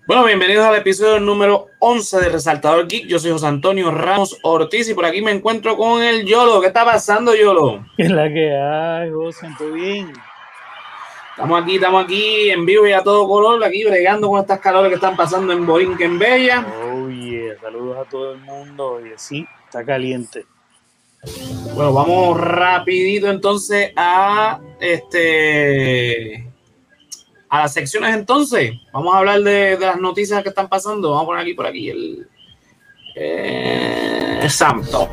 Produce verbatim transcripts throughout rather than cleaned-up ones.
Bueno, bienvenidos al episodio número once de Resaltador Geek. Yo soy José Antonio Ramos Ortiz y por aquí me encuentro con el Yolo. ¿Qué está pasando, Yolo? ¿Qué es la que hay, José? ¿Todo bien? Estamos aquí, estamos aquí en vivo y a todo color, aquí bregando con estas calores que están pasando en Borinquen Bella. Oh, yeah. Saludos a todo el mundo. Oye, sí, está caliente. Bueno, vamos rapidito entonces a este a las secciones entonces. Vamos a hablar de, de las noticias que están pasando. Vamos a poner aquí por aquí el eh, Santo.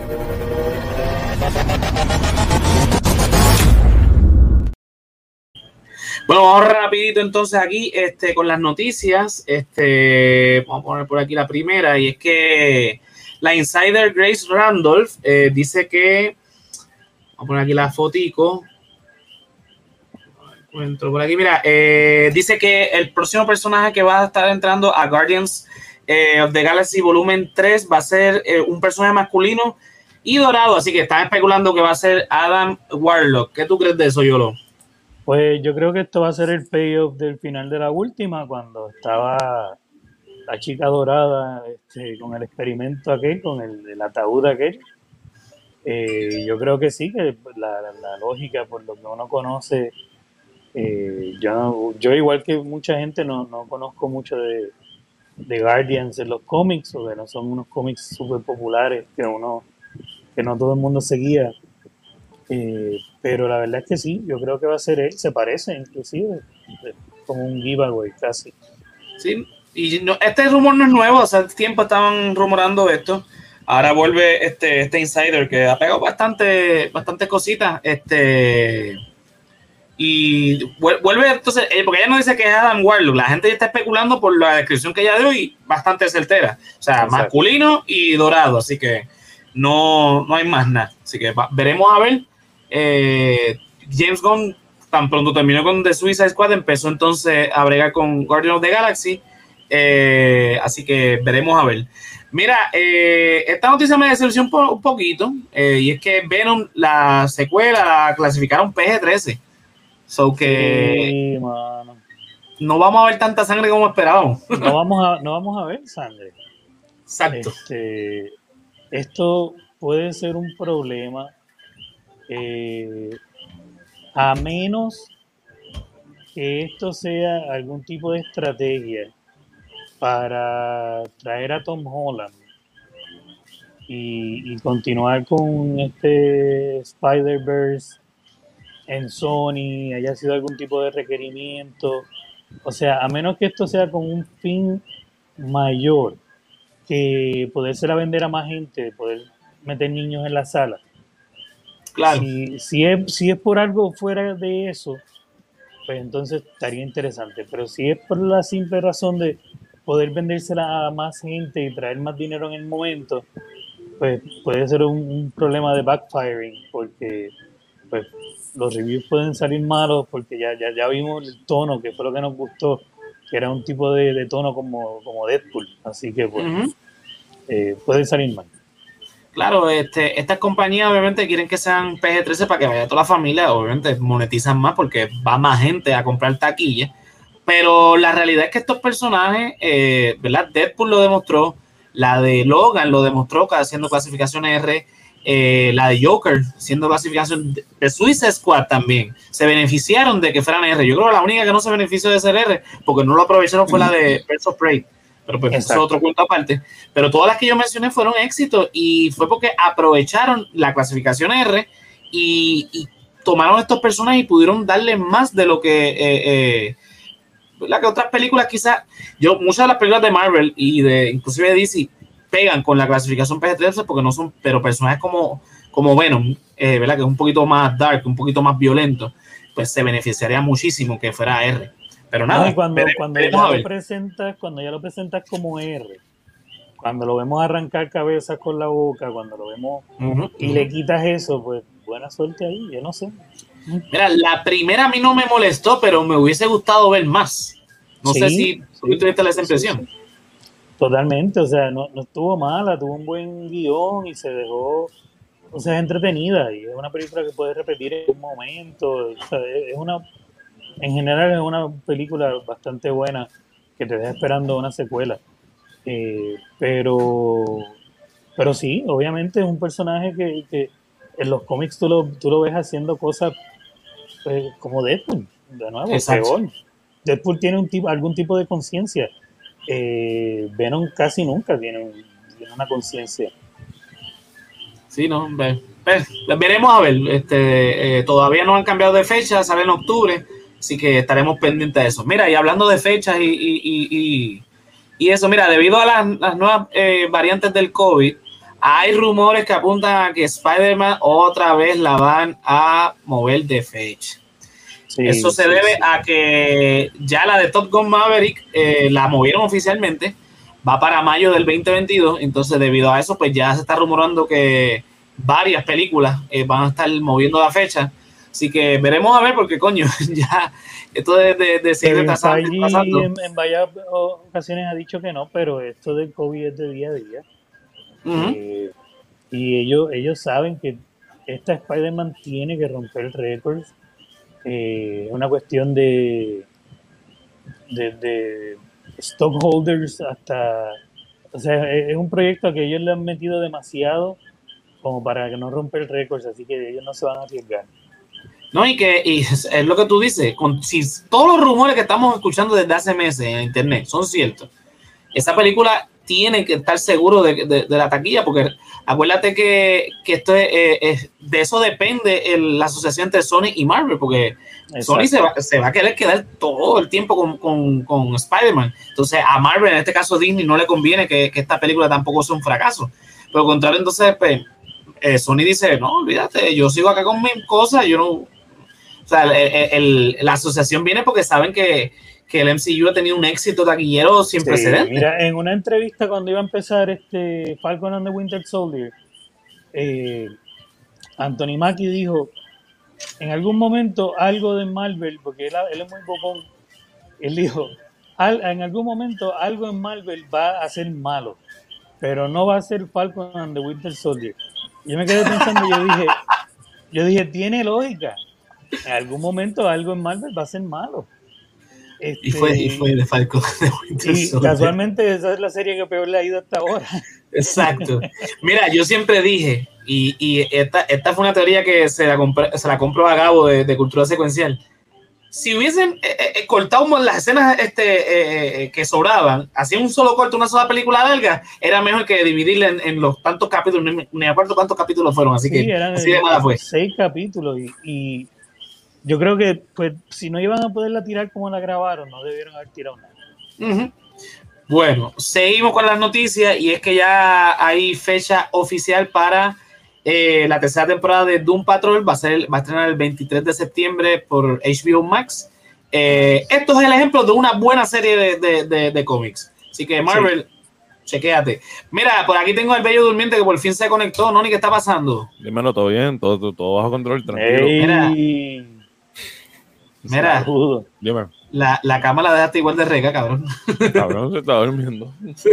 Bueno, vamos rapidito entonces aquí este, con las noticias. Este, vamos a poner por aquí la primera, y es que la insider Grace Randolph eh, dice que, vamos a poner aquí la fotico, encuentro por aquí, mira, eh, dice que el próximo personaje que va a estar entrando a Guardians eh, of the Galaxy Volumen tres va a ser eh, un personaje masculino y dorado, así que están especulando que va a ser Adam Warlock. ¿Qué tú crees de eso, Yolo? Pues yo creo que esto va a ser el payoff del final de la última, cuando estaba la chica dorada este, con el experimento aquel, con el, el ataúd aquel. Eh, yo creo que sí, que la, la, la lógica, por lo que uno conoce, eh, yo, no- yo igual que mucha gente no, no conozco mucho de, de Guardians en los cómics, o que no son unos cómics súper populares que uno, que no todo el mundo seguía. Eh, pero la verdad es que sí, yo creo que va a ser él, se parece inclusive, es como un giveaway casi. Sí, y no, este rumor no es nuevo, hace tiempo estaban rumorando esto. Ahora vuelve este, este insider que ha pegado bastante, bastantes cositas. Este, y vuelve entonces, eh, porque ella no dice que es Adam Warlock, la gente ya está especulando por la descripción que ella dio y bastante certera. O sea, Exacto. Masculino y dorado, así que no, no hay más nada. Así que va, veremos a ver. Eh, James Gunn, tan pronto terminó con The Suicide Squad, empezó entonces a bregar con Guardians of the Galaxy. Eh, así que veremos a ver. Mira, eh, esta noticia me decepcionó un, po un poquito, eh, y es que Venom, la secuela, la clasificaron P G trece. So que Sí, mano. no vamos a ver tanta sangre como esperábamos. No vamos a, no vamos a ver sangre. Exacto. Este, esto puede ser un problema, eh, a menos que esto sea algún tipo de estrategia para traer a Tom Holland y, y continuar con este Spider-Verse en Sony, haya sido algún tipo de requerimiento. O sea, a menos que esto sea con un fin mayor, que podérsela vender a más gente, poder meter niños en la sala. Claro. Si, si, es, si es por algo fuera de eso, pues entonces estaría interesante. Pero si es por la simple razón de poder vendérsela a más gente y traer más dinero en el momento, pues puede ser un, un problema de backfiring, porque pues los reviews pueden salir malos, porque ya, ya, ya vimos el tono, que fue lo que nos gustó, que era un tipo de, de tono como, como Deadpool. Así que pues Uh -huh. eh, puede salir mal. Claro, este, estas compañías obviamente quieren que sean P G trece para que vaya toda la familia, obviamente monetizan más porque va más gente a comprar taquilla, pero la realidad es que estos personajes, eh, ¿verdad? Deadpool lo demostró, la de Logan lo demostró haciendo clasificación R, eh, la de Joker siendo clasificación de, de Suicide Squad también, se beneficiaron de que fueran R. Yo creo que la única que no se benefició de ser R, porque no lo aprovecharon, fue la de Birds of Prey. Pero pues eso es otro punto aparte. Pero todas las que yo mencioné fueron éxitos y fue porque aprovecharon la clasificación R y, y tomaron estos personajes y pudieron darle más de lo que eh, eh, la que otras películas quizás, yo muchas de las películas de Marvel y de inclusive de D C pegan con la clasificación P G trece porque no son, pero personajes como, como Venom, eh, ¿verdad? Que es un poquito más dark, un poquito más violento, pues se beneficiaría muchísimo que fuera R. Pero nada, no, y cuando, veremos, cuando veremos ya a ver. lo presentas, cuando ya lo presentas como R, cuando lo vemos arrancar cabezas con la boca, cuando lo vemos uh -huh, y uh -huh. le quitas eso, pues buena suerte ahí, yo no sé. Mira, la primera a mí no me molestó, pero me hubiese gustado ver más. No sí, sé si sí, tuviste esa impresión. Sí, sí. Totalmente, o sea, no, no estuvo mala, tuvo un buen guión y se dejó, o sea, es entretenida y es una película que puedes repetir en un momento, o sea, es una, en general es una película bastante buena que te deja esperando una secuela. Eh, pero, pero sí, obviamente es un personaje que, que en los cómics tú lo, tú lo ves haciendo cosas eh, como Deadpool, de nuevo, Exacto. peor. Deadpool tiene un tipo, algún tipo de conciencia. Eh, Venom casi nunca tiene, un, tiene una conciencia. Sí, no, ve, ve, veremos a ver. Este, eh, todavía no han cambiado de fecha, sale en octubre, así que estaremos pendientes de eso. Mira, y hablando de fechas y, y, y, y, y eso, mira, debido a las, las nuevas eh, variantes del COVID, hay rumores que apuntan a que Spider-Man otra vez la van a mover de fecha. Sí, Eso se sí, debe sí. a que ya la de Top Gun Maverick eh, la movieron oficialmente, va para mayo del veinte veintidós, entonces debido a eso pues ya se está rumorando que varias películas eh, van a estar moviendo la fecha, así que veremos a ver porque coño, ya esto de, de, de seguir Kevin retrasando, Feige en, en varias ocasiones ha dicho que no, pero esto del COVID es de día a día. uh-huh. Eh, y ellos, ellos saben que esta Spider-Man tiene que romper récords. Es eh, una cuestión de, de, de stockholders hasta... O sea, es, es un proyecto que ellos le han metido demasiado como para que no romper récords, así que ellos no se van a arriesgar. No, y que y es, es lo que tú dices, con, si todos los rumores que estamos escuchando desde hace meses en internet son ciertos, esa película tiene que estar seguro de, de, de la taquilla, porque acuérdate que, que esto es, eh, es, de eso depende el, la asociación entre Sony y Marvel, porque exacto, Sony se va, se va a querer quedar todo el tiempo con, con, con Spider-Man. Entonces a Marvel, en este caso Disney, no le conviene que, que esta película tampoco sea un fracaso. Pero al contrario, entonces pues, eh, Sony dice, no, olvídate, yo sigo acá con mis cosas, yo no... O sea, el, el, la asociación viene porque saben que que el M C U ha tenido un éxito taquillero sin sí, precedentes. Mira, en una entrevista cuando iba a empezar este Falcon and the Winter Soldier, eh, Anthony Mackie dijo, en algún momento algo de Marvel, porque él, él es muy bocón, él dijo, Al, en algún momento algo en Marvel va a ser malo, pero no va a ser Falcon and the Winter Soldier. Yo me quedé pensando, yo dije, yo dije, tiene lógica. En algún momento algo en Marvel va a ser malo. Este, y, fue, y fue de Falcon de Winter y Soldier. Casualmente esa es la serie que peor le ha ido hasta ahora. Exacto. Mira, yo siempre dije, y, y esta, esta fue una teoría que se la, compré, se la compró a Gabo de, de Cultura Secuencial. Si hubiesen eh, eh, cortado las escenas este, eh, que sobraban, hacían un solo corte, una sola película larga, era mejor que dividirla en, en los tantos capítulos, ni me acuerdo cuántos capítulos fueron, así sí, que eran así de mala fue. Seis capítulos y, y yo creo que pues si no iban a poderla tirar como la grabaron, no debieron haber tirado nada. Uh-huh. Bueno, seguimos con las noticias y es que ya hay fecha oficial para eh, la tercera temporada de Doom Patrol. Va a, ser, va a estrenar el veintitrés de septiembre por H B O Max. Eh, esto es el ejemplo de una buena serie de, de, de, de cómics. Así que Marvel, sí, chequéate. Mira, por aquí tengo al bello durmiente que por fin se conectó. Noni, ¿qué está pasando? Dímelo, todo bien, todo, todo, todo bajo control, tranquilo. Hey. Mira. Mira, Saludo. Dime. La, la cama la dejaste igual de rega, cabrón. Cabrón, se está durmiendo.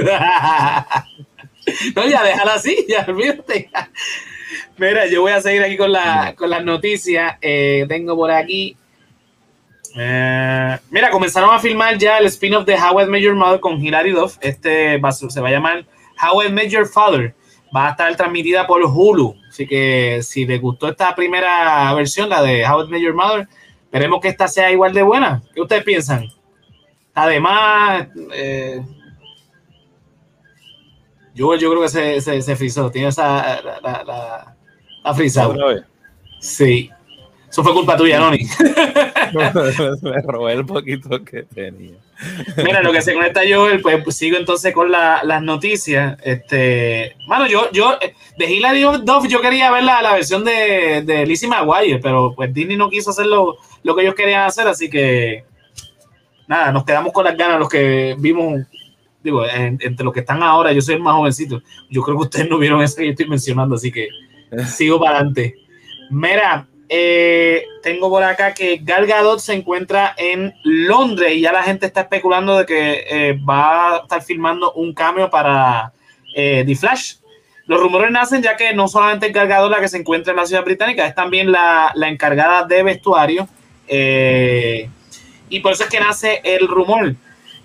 No, ya déjala así, ya olvídate. Mira, yo voy a seguir aquí con, la, con las noticias. Eh, tengo por aquí. Eh, mira, comenzaron a filmar ya el spin-off de How I Met Your Mother con Hilary Duff. Este va, se va a llamar How I Met Your Father. Va a estar transmitida por Hulu. Así que si les gustó esta primera versión, la de How I Met Your Mother, esperemos que esta sea igual de buena. ¿Qué ustedes piensan? Además, eh, yo, yo creo que se, se, se frizó. Tiene esa. La, la, la, la frizado. Sí. Eso fue culpa tuya, Noni. Me robé el poquito que tenía. Mira, lo que se conecta yo, pues sigo entonces con la, las noticias. Este, mano, yo, yo de Hilary Duff yo quería ver la, la versión de, de Lizzie McGuire, pero pues Disney no quiso hacer lo, lo que ellos querían hacer, así que nada, nos quedamos con las ganas los que vimos, digo, en, entre los que están ahora, yo soy el más jovencito. Yo creo que ustedes no vieron eso que yo estoy mencionando, así que sigo para adelante. Mira, Eh, tengo por acá que Gal Gadot se encuentra en Londres y ya la gente está especulando de que eh, va a estar filmando un cameo para eh, The Flash. Los rumores nacen ya que no solamente es Gal Gadot la que se encuentra en la ciudad británica, es también la, la encargada de vestuario eh, y por eso es que nace el rumor.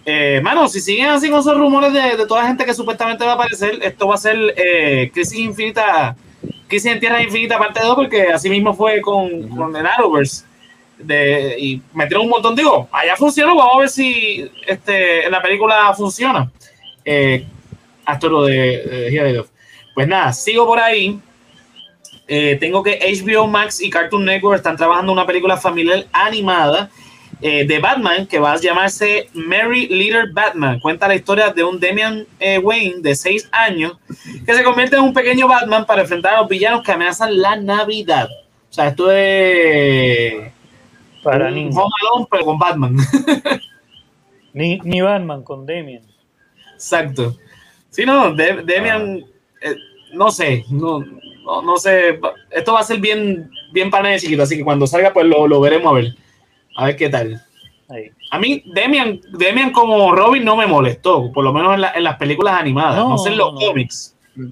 Eh, mano, si siguen así con esos rumores de, de toda la gente que supuestamente va a aparecer, esto va a ser eh, Crisis Infinita, Crisis en Tierra Infinita parte dos, porque así mismo fue con, uh-huh. con el Arrowverse. De, y metieron un montón, digo, allá funcionó, vamos a ver si este, en la película funciona. Eh, hasta lo de, de pues nada, sigo por ahí. Eh, tengo que H B O Max y Cartoon Network están trabajando una película familiar animada eh, de Batman que va a llamarse Merry Little Batman. Cuenta la historia de un Damian eh, Wayne de seis años que se convierte en un pequeño Batman para enfrentar a los villanos que amenazan la Navidad. O sea, esto es para un niños. Home Alone, pero con Batman. ni, ni Batman, con Damian. Exacto. Sí, no, de, Damian, ah. eh, no sé, no, no, no sé. Esto va a ser bien, bien para de chiquito, así que cuando salga, pues lo, lo veremos a ver. A ver qué tal. Ahí. A mí, Damian, Damian como Robin no me molestó, por lo menos en, la, en las películas animadas, no, no sé en los no, cómics. No.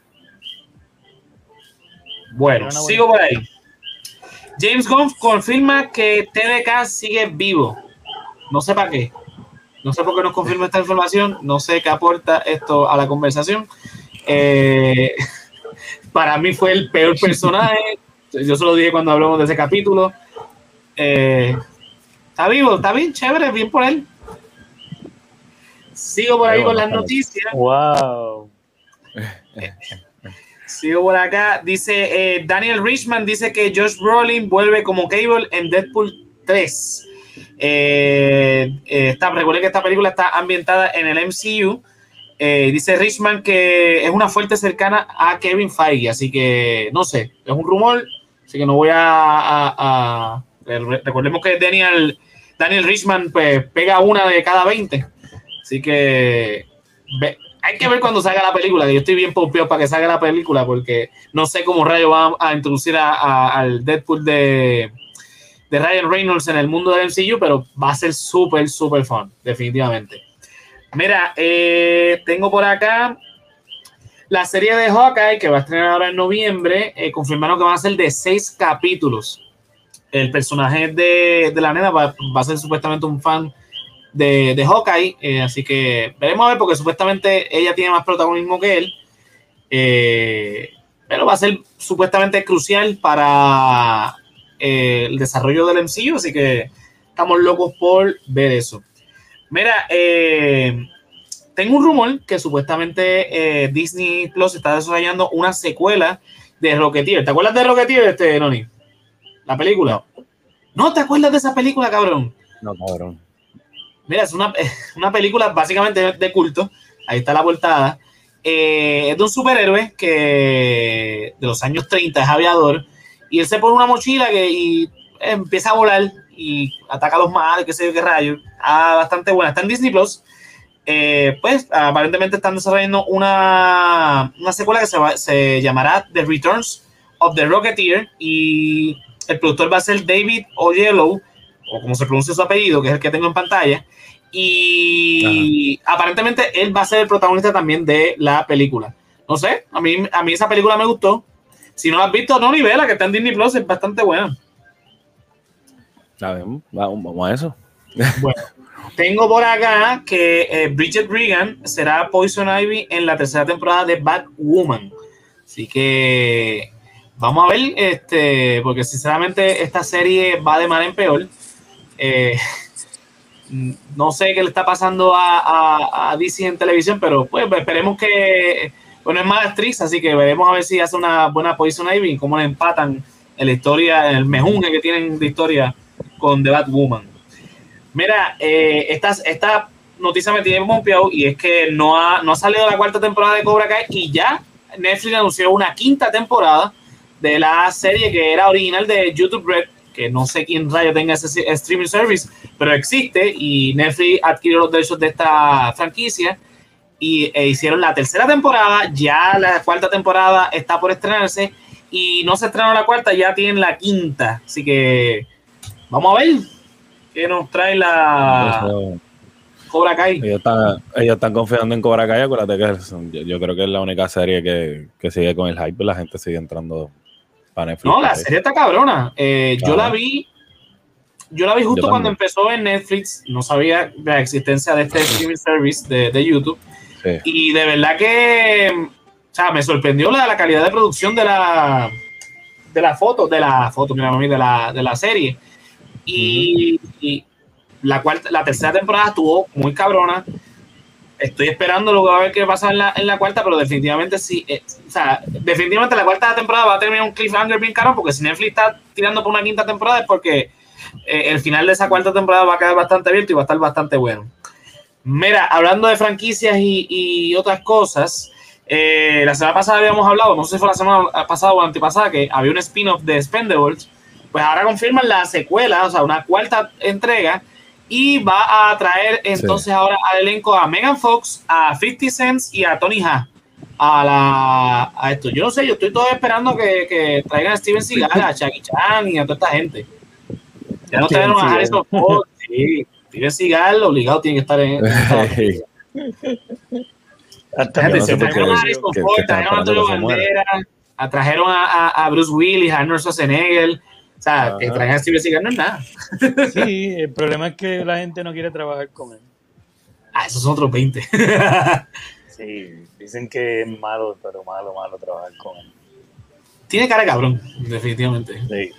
Bueno, sigo por ahí. James Gunn confirma que T D K sigue vivo. No sé para qué. No sé por qué nos confirma esta información. No sé qué aporta esto a la conversación. Eh, para mí fue el peor personaje. Yo se lo dije cuando hablamos de ese capítulo. Eh, está vivo, está bien, chévere, bien por él. Sigo por ahí con las noticias. Wow. Sigo por acá. Dice eh, Daniel Richman dice que Josh Brolin vuelve como Cable en Deadpool tres. Eh, eh, está, recuerden que esta película está ambientada en el M C U. Eh, dice Richman que es una fuente cercana a Kevin Feige, así que no sé, es un rumor, así que no voy a, a, a recordemos que Daniel Daniel Richman pues, pega una de cada veinte, así que ve, hay que ver cuando salga la película, que yo estoy bien pompeado para que salga la película, porque no sé cómo rayo va a introducir a, a, al Deadpool de de Ryan Reynolds en el mundo del M C U, pero va a ser súper, súper fun, definitivamente. Mira, eh, tengo por acá la serie de Hawkeye, que va a estrenar ahora en noviembre, eh, confirmaron que van a ser de seis capítulos. El personaje de, de la nena va, va a ser supuestamente un fan de, de Hawkeye, eh, así que veremos a ver, porque supuestamente ella tiene más protagonismo que él, eh, pero va a ser supuestamente crucial para Eh, el desarrollo del M C U, así que estamos locos por ver eso. Mira, eh, tengo un rumor que supuestamente eh, Disney Plus está desarrollando una secuela de Rocketeer. ¿Te acuerdas de Rocketeer, este, Noni? La película. No. ¿No te acuerdas de esa película, cabrón? No, cabrón. Mira, es una, una película básicamente de culto. Ahí está la portada. Eh, es de un superhéroe que de los años treinta es aviador. Y él se pone una mochila que, y empieza a volar y ataca a los males, qué sé yo qué rayos. Ah, bastante buena. Está en Disney Plus. Eh, pues aparentemente están desarrollando una, una secuela que se, va, se llamará The Returns of the Rocketeer. Y el productor va a ser David Oyelowo, o como se pronuncia su apellido, que es el que tengo en pantalla. Y Ajá. aparentemente él va a ser el protagonista también de la película. No sé, a mí, a mí esa película me gustó. Si no la has visto, no, ni vela, que está en Disney Plus, es bastante buena. Vamos, vamos a eso. Bueno, tengo por acá que eh, Bridget Regan será Poison Ivy en la tercera temporada de Batwoman. Así que vamos a ver, este, porque sinceramente esta serie va de mal en peor. Eh, no sé qué le está pasando a, a, a D C en televisión, pero pues esperemos que... Bueno, es mala actriz, así que veremos a ver si hace una buena Poison Ivy y cómo le empatan en la historia, en el mejunje que tienen de historia con The Batwoman. Mira, eh, esta, esta noticia me tiene pompeado y es que no ha, no ha salido la cuarta temporada de Cobra Kai y ya Netflix anunció una quinta temporada de la serie que era original de YouTube Red, que no sé quién rayo tenga ese streaming service, pero existe y Netflix adquirió los derechos de esta franquicia. Y e hicieron la tercera temporada, ya la cuarta temporada está por estrenarse y no se estrenó la cuarta, ya tienen la quinta, así que vamos a ver qué nos trae la Eso, Cobra Kai. Ellos están, ellos están confiando en Cobra Kai, acuérdate que es, yo, yo creo que es la única serie que, que sigue con el hype, la gente sigue entrando para Netflix. No, la serie está cabrona, eh, claro. Yo la vi yo la vi justo Yo cuando también. empezó en Netflix, no sabía de la existencia de este streaming service de, de YouTube, Sí. y de verdad que, o sea, me sorprendió la, la calidad de producción de la de la foto, de la foto, mira, mami, de la, de la serie, y, uh-huh. y la cuarta, la tercera temporada estuvo muy cabrona. Estoy esperando lo que va a ver qué pasa en la, en la cuarta, pero definitivamente sí, eh, o sea, definitivamente la cuarta temporada va a terminar un cliffhanger bien caro, porque si Netflix está tirando por una quinta temporada es porque eh, el final de esa cuarta temporada va a quedar bastante abierto y va a estar bastante bueno. Mira, hablando de franquicias y, y otras cosas, eh, la semana pasada habíamos hablado, no sé si fue la semana pasada o antepasada, que había un spin-off de Expendables, pues ahora confirman la secuela, o sea, una cuarta entrega, y va a traer entonces sí. ahora al elenco a Megan Fox, a fifty Cent y a Tony Jaa a, la, a esto. Yo no sé, yo estoy todo esperando que, que traigan a Steven Seagal, a Jackie Chan y a toda esta gente. Ya no trajeron a Harrison Ford, sí. Steven Seagal obligado tiene que estar en, en esta Hasta gente, se trajeron a Harrison que, Ford, que trajeron a Antonio Banderas, trajeron a, a, a Bruce Willis, a Arnold Schwarzenegger. O sea, ajá. que traigan a Steven Seagal no es nada. Sí, el problema es que la gente no quiere trabajar con él. Ah, esos son otros veinte. Sí, dicen que es malo, pero malo, malo trabajar con él. Tiene cara de cabrón, definitivamente. Sí.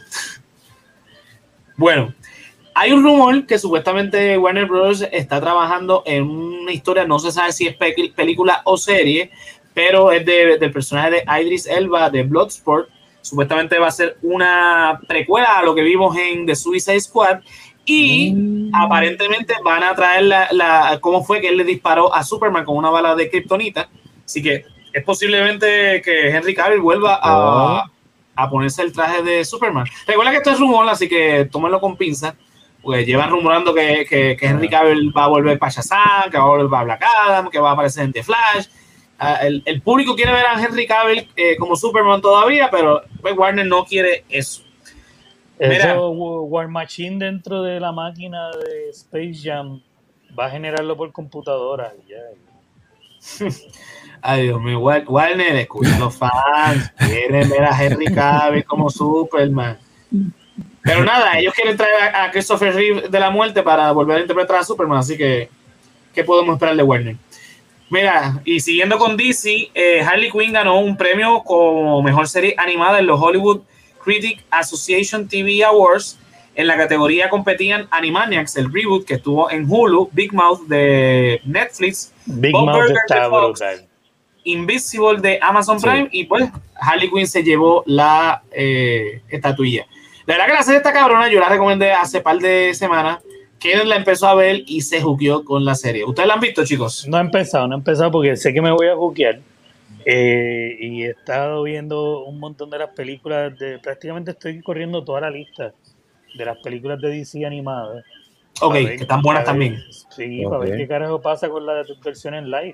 Bueno, hay un rumor que supuestamente Warner Bros. Está trabajando en una historia, no se sabe si es pe- película o serie, pero es de, del personaje de Idris Elba de Bloodsport. Supuestamente va a ser una precuela a lo que vimos en The Suicide Squad y mm. aparentemente van a traer la, la cómo fue que él le disparó a Superman con una bala de kriptonita. Así que es posiblemente que Henry Cavill vuelva oh. a, a ponerse el traje de Superman. Recuerda que esto es rumor, así que tómenlo con pinza, porque llevan rumorando que, que, que Henry Cavill va a volver para Shazam, que va a volver para Black Adam, que va a aparecer en The Flash. Uh, el, el público quiere ver a Henry Cavill eh, como Superman todavía, pero pues, Warner no quiere eso. Mira, eso War Machine dentro de la máquina de Space Jam va a generarlo por computadora. Yeah. Ay, Dios mío, Warner, escucha a los fans, quieren ver a Henry Cavill como Superman. Pero nada, ellos quieren traer a, a Christopher Reeve de la muerte para volver a interpretar a Superman, así que ¿qué podemos esperar de Warner? Mira, y siguiendo con D C, eh, Harley Quinn ganó un premio como mejor serie animada en los Hollywood Critic Association T V Awards. En la categoría competían Animaniacs, el reboot que estuvo en Hulu, Big Mouth de Netflix, Big Bob Mouth Burger de Fox, Invincible de Amazon Prime, sí. Y pues Harley Quinn se llevó la eh, estatuilla. La verdad que la serie está cabrona, yo la recomendé hace par de semanas. Karen la empezó a ver y se juqueó con la serie. ¿Ustedes la han visto, chicos? No he empezado, no he empezado porque sé que me voy a juquear. Eh, y he estado viendo un montón de las películas. De, prácticamente estoy corriendo toda la lista de las películas de D C animadas. Ok, ver, que están buenas también. Ver, sí, okay. Para ver qué carajo pasa con la versión en live.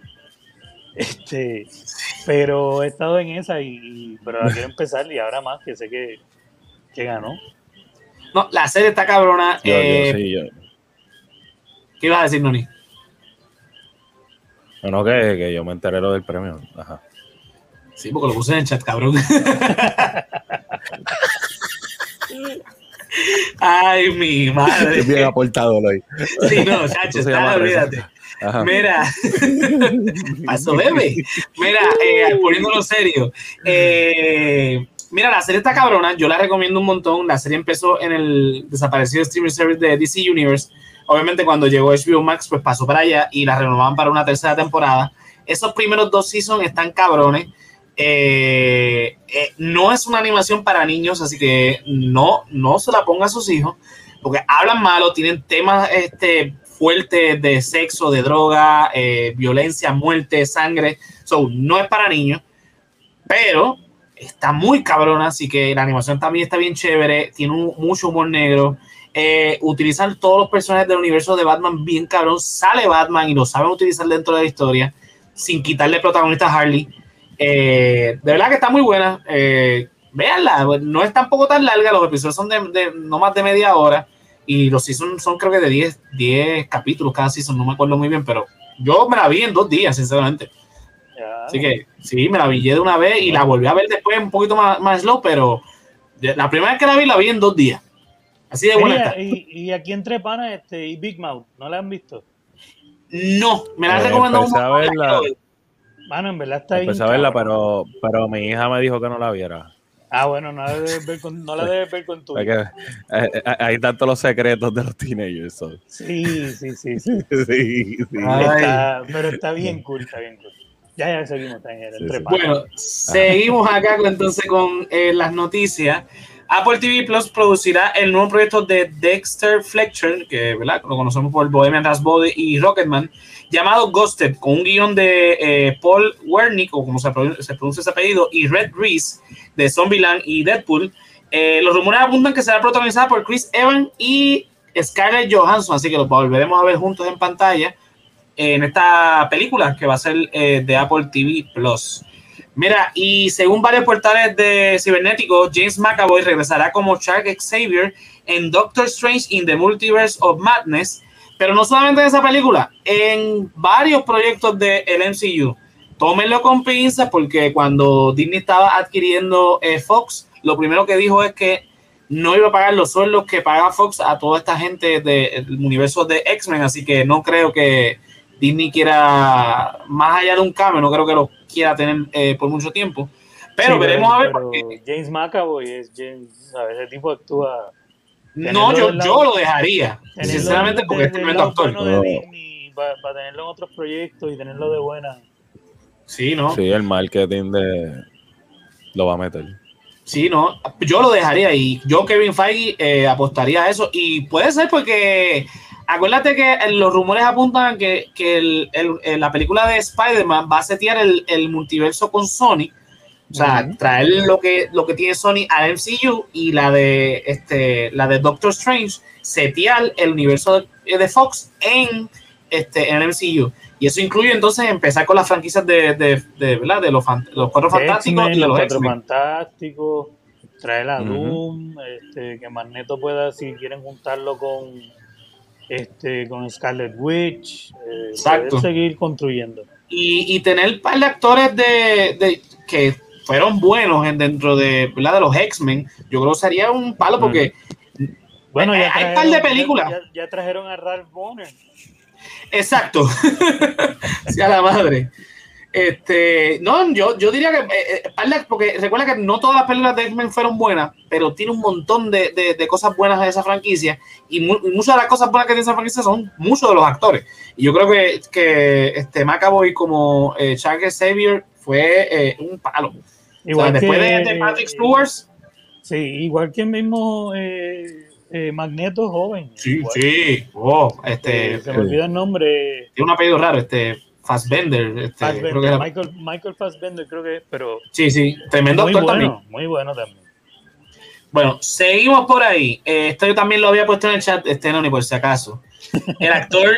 Este, pero he estado en esa y, y pero la quiero empezar y ahora más que sé que, que ganó. No, la serie está cabrona. Yo, eh, yo, sí, yo. ¿Qué ibas a decir, Noni? Bueno, que, que yo me enteré lo del premio. Ajá. Sí, porque lo puse en el chat, cabrón. Ay, mi madre. Bien aportado hoy. Sí, no, chacho, está, olvídate. Ajá. Mira, paso bebé. Mira, eh, poniéndolo serio. Eh, mira, la serie está cabrona. Yo la recomiendo un montón. La serie empezó en el desaparecido streaming service de D C Universe. Obviamente cuando llegó H B O Max pues pasó para allá y la renovaban para una tercera temporada. Esos primeros dos seasons están cabrones. Eh, eh, no es una animación para niños, así que no, no se la ponga a sus hijos porque hablan malo, tienen temas este, fuertes de sexo, de droga, eh, violencia, muerte, sangre. So, no es para niños, pero está muy cabrona, así que la animación también está bien chévere, tiene un, mucho humor negro. Eh, utilizan todos los personajes del universo de Batman bien cabrón. Sale Batman y lo saben utilizar dentro de la historia sin quitarle protagonista a Harley. Eh, de verdad que está muy buena. Eh, véanla, no es tampoco tan larga. Los episodios son de, de no más de media hora y los seasons son creo que de diez capítulos cada season, no me acuerdo muy bien, pero yo me la vi en dos días, sinceramente. Yeah. Así que sí, me la vi de una vez y la volví a ver después un poquito más, más slow, pero la primera vez que la vi, la vi en dos días. Así de buena Mira, está. y, y aquí entre panas, este, y Big Mouth, ¿no la han visto? No, me la han Eh, recomendado un empecé a montón. la verla, quiero ver. Mano, en verdad está bien empecé a verla, cabrón. pero, pero mi hija me dijo que no la viera. Ah, bueno, no la debes ver con, no la debes ver con tu Es que, hija. eh, eh, hay tantos los secretos de los teenagers. So. Sí, sí, sí, sí. Sí, sí. Ay. Está, pero está bien cool, está bien cool. Ya, ya seguimos, está bien, Sí, entre sí. panas. Bueno, seguimos acá con- entonces con eh, las noticias. Apple T V Plus producirá el nuevo proyecto de Dexter Fletcher, que ¿verdad? Lo conocemos por Bohemian Rhapsody y Rocketman, llamado Ghosted, con un guión de eh, Paul Wernick, o como se, pronuncia, se pronuncia ese apellido, y Red Reese, de Zombieland y Deadpool. Eh, los rumores apuntan que será protagonizada por Chris Evans y Scarlett Johansson, así que los volveremos a ver juntos en pantalla en esta película que va a ser eh, de Apple T V Plus. Mira, y según varios portales de cibernéticos, James McAvoy regresará como Charles Xavier en Doctor Strange in the Multiverse of Madness, pero no solamente en esa película, en varios proyectos del M C U. Tómenlo con pinzas porque cuando Disney estaba adquiriendo eh, Fox, lo primero que dijo es que no iba a pagar los sueldos que paga Fox a toda esta gente del universo de X-Men, así que no creo que Disney quiera, más allá de un cambio, no creo que lo quiera tener eh, por mucho tiempo. Pero Sí, veremos a ver. pero Porque James McAvoy es James, ¿sabes? Ese tipo actúa. no, yo, Lado, yo lo dejaría, tenerlo sinceramente, del, porque de, es del tremendo lado actor. bueno de Disney para pa tenerlo en otros proyectos y tenerlo de buena. Sí, ¿no? Sí, el marketing de lo va a meter. Sí, no, yo lo dejaría y yo, Kevin Feige, eh, apostaría a eso. Y puede ser porque acuérdate que los rumores apuntan que, que el, el, la película de Spider-Man va a setear el, el multiverso con Sony. O sea, uh-huh. traer lo que, lo que tiene Sony al M C U y la de este, la de Doctor Strange, setear el universo de, de Fox en, este, en el M C U. Y eso incluye entonces empezar con las franquicias de, de, de, ¿verdad? de los, los Cuatro de Fantásticos X-Men, y de los, los Cuatro Fantásticos, traer a Doom, uh-huh. este, que Magneto pueda, si quieren juntarlo con, este, con Scarlet Witch, eh, Exacto. poder seguir construyendo. Y, y tener un par de actores de, de que fueron buenos en, dentro de, ¿verdad? de los X-Men, yo creo que sería un palo porque uh-huh. bueno, ya hay un par de películas. Ya, ya, ya trajeron a Ralph Bonner. Exacto. Sí, a la madre. Este, no, yo, yo diría que eh, porque recuerda que no todas las películas de X-Men fueron buenas, pero tiene un montón de, de, de cosas buenas de esa franquicia y, mu y muchas de las cosas buenas que tiene esa franquicia son muchos de los actores. Y yo creo que, que este McAvoy como eh, Charles Xavier fue eh, un palo. Igual o sea, después que, de, de Patrick Stewart. Sí, igual que el mismo eh, eh, Magneto joven. Sí, igual. sí. Oh, este, eh, se me olvida el nombre. Tiene un apellido raro, este. Fassbender, este, Fassbender creo que era... Michael, Michael Fassbender creo que es, pero sí, sí, tremendo muy actor bueno, también. muy bueno también. Bueno, seguimos por ahí. Eh, esto yo también lo había puesto en el chat, este no, ni por si acaso. El actor,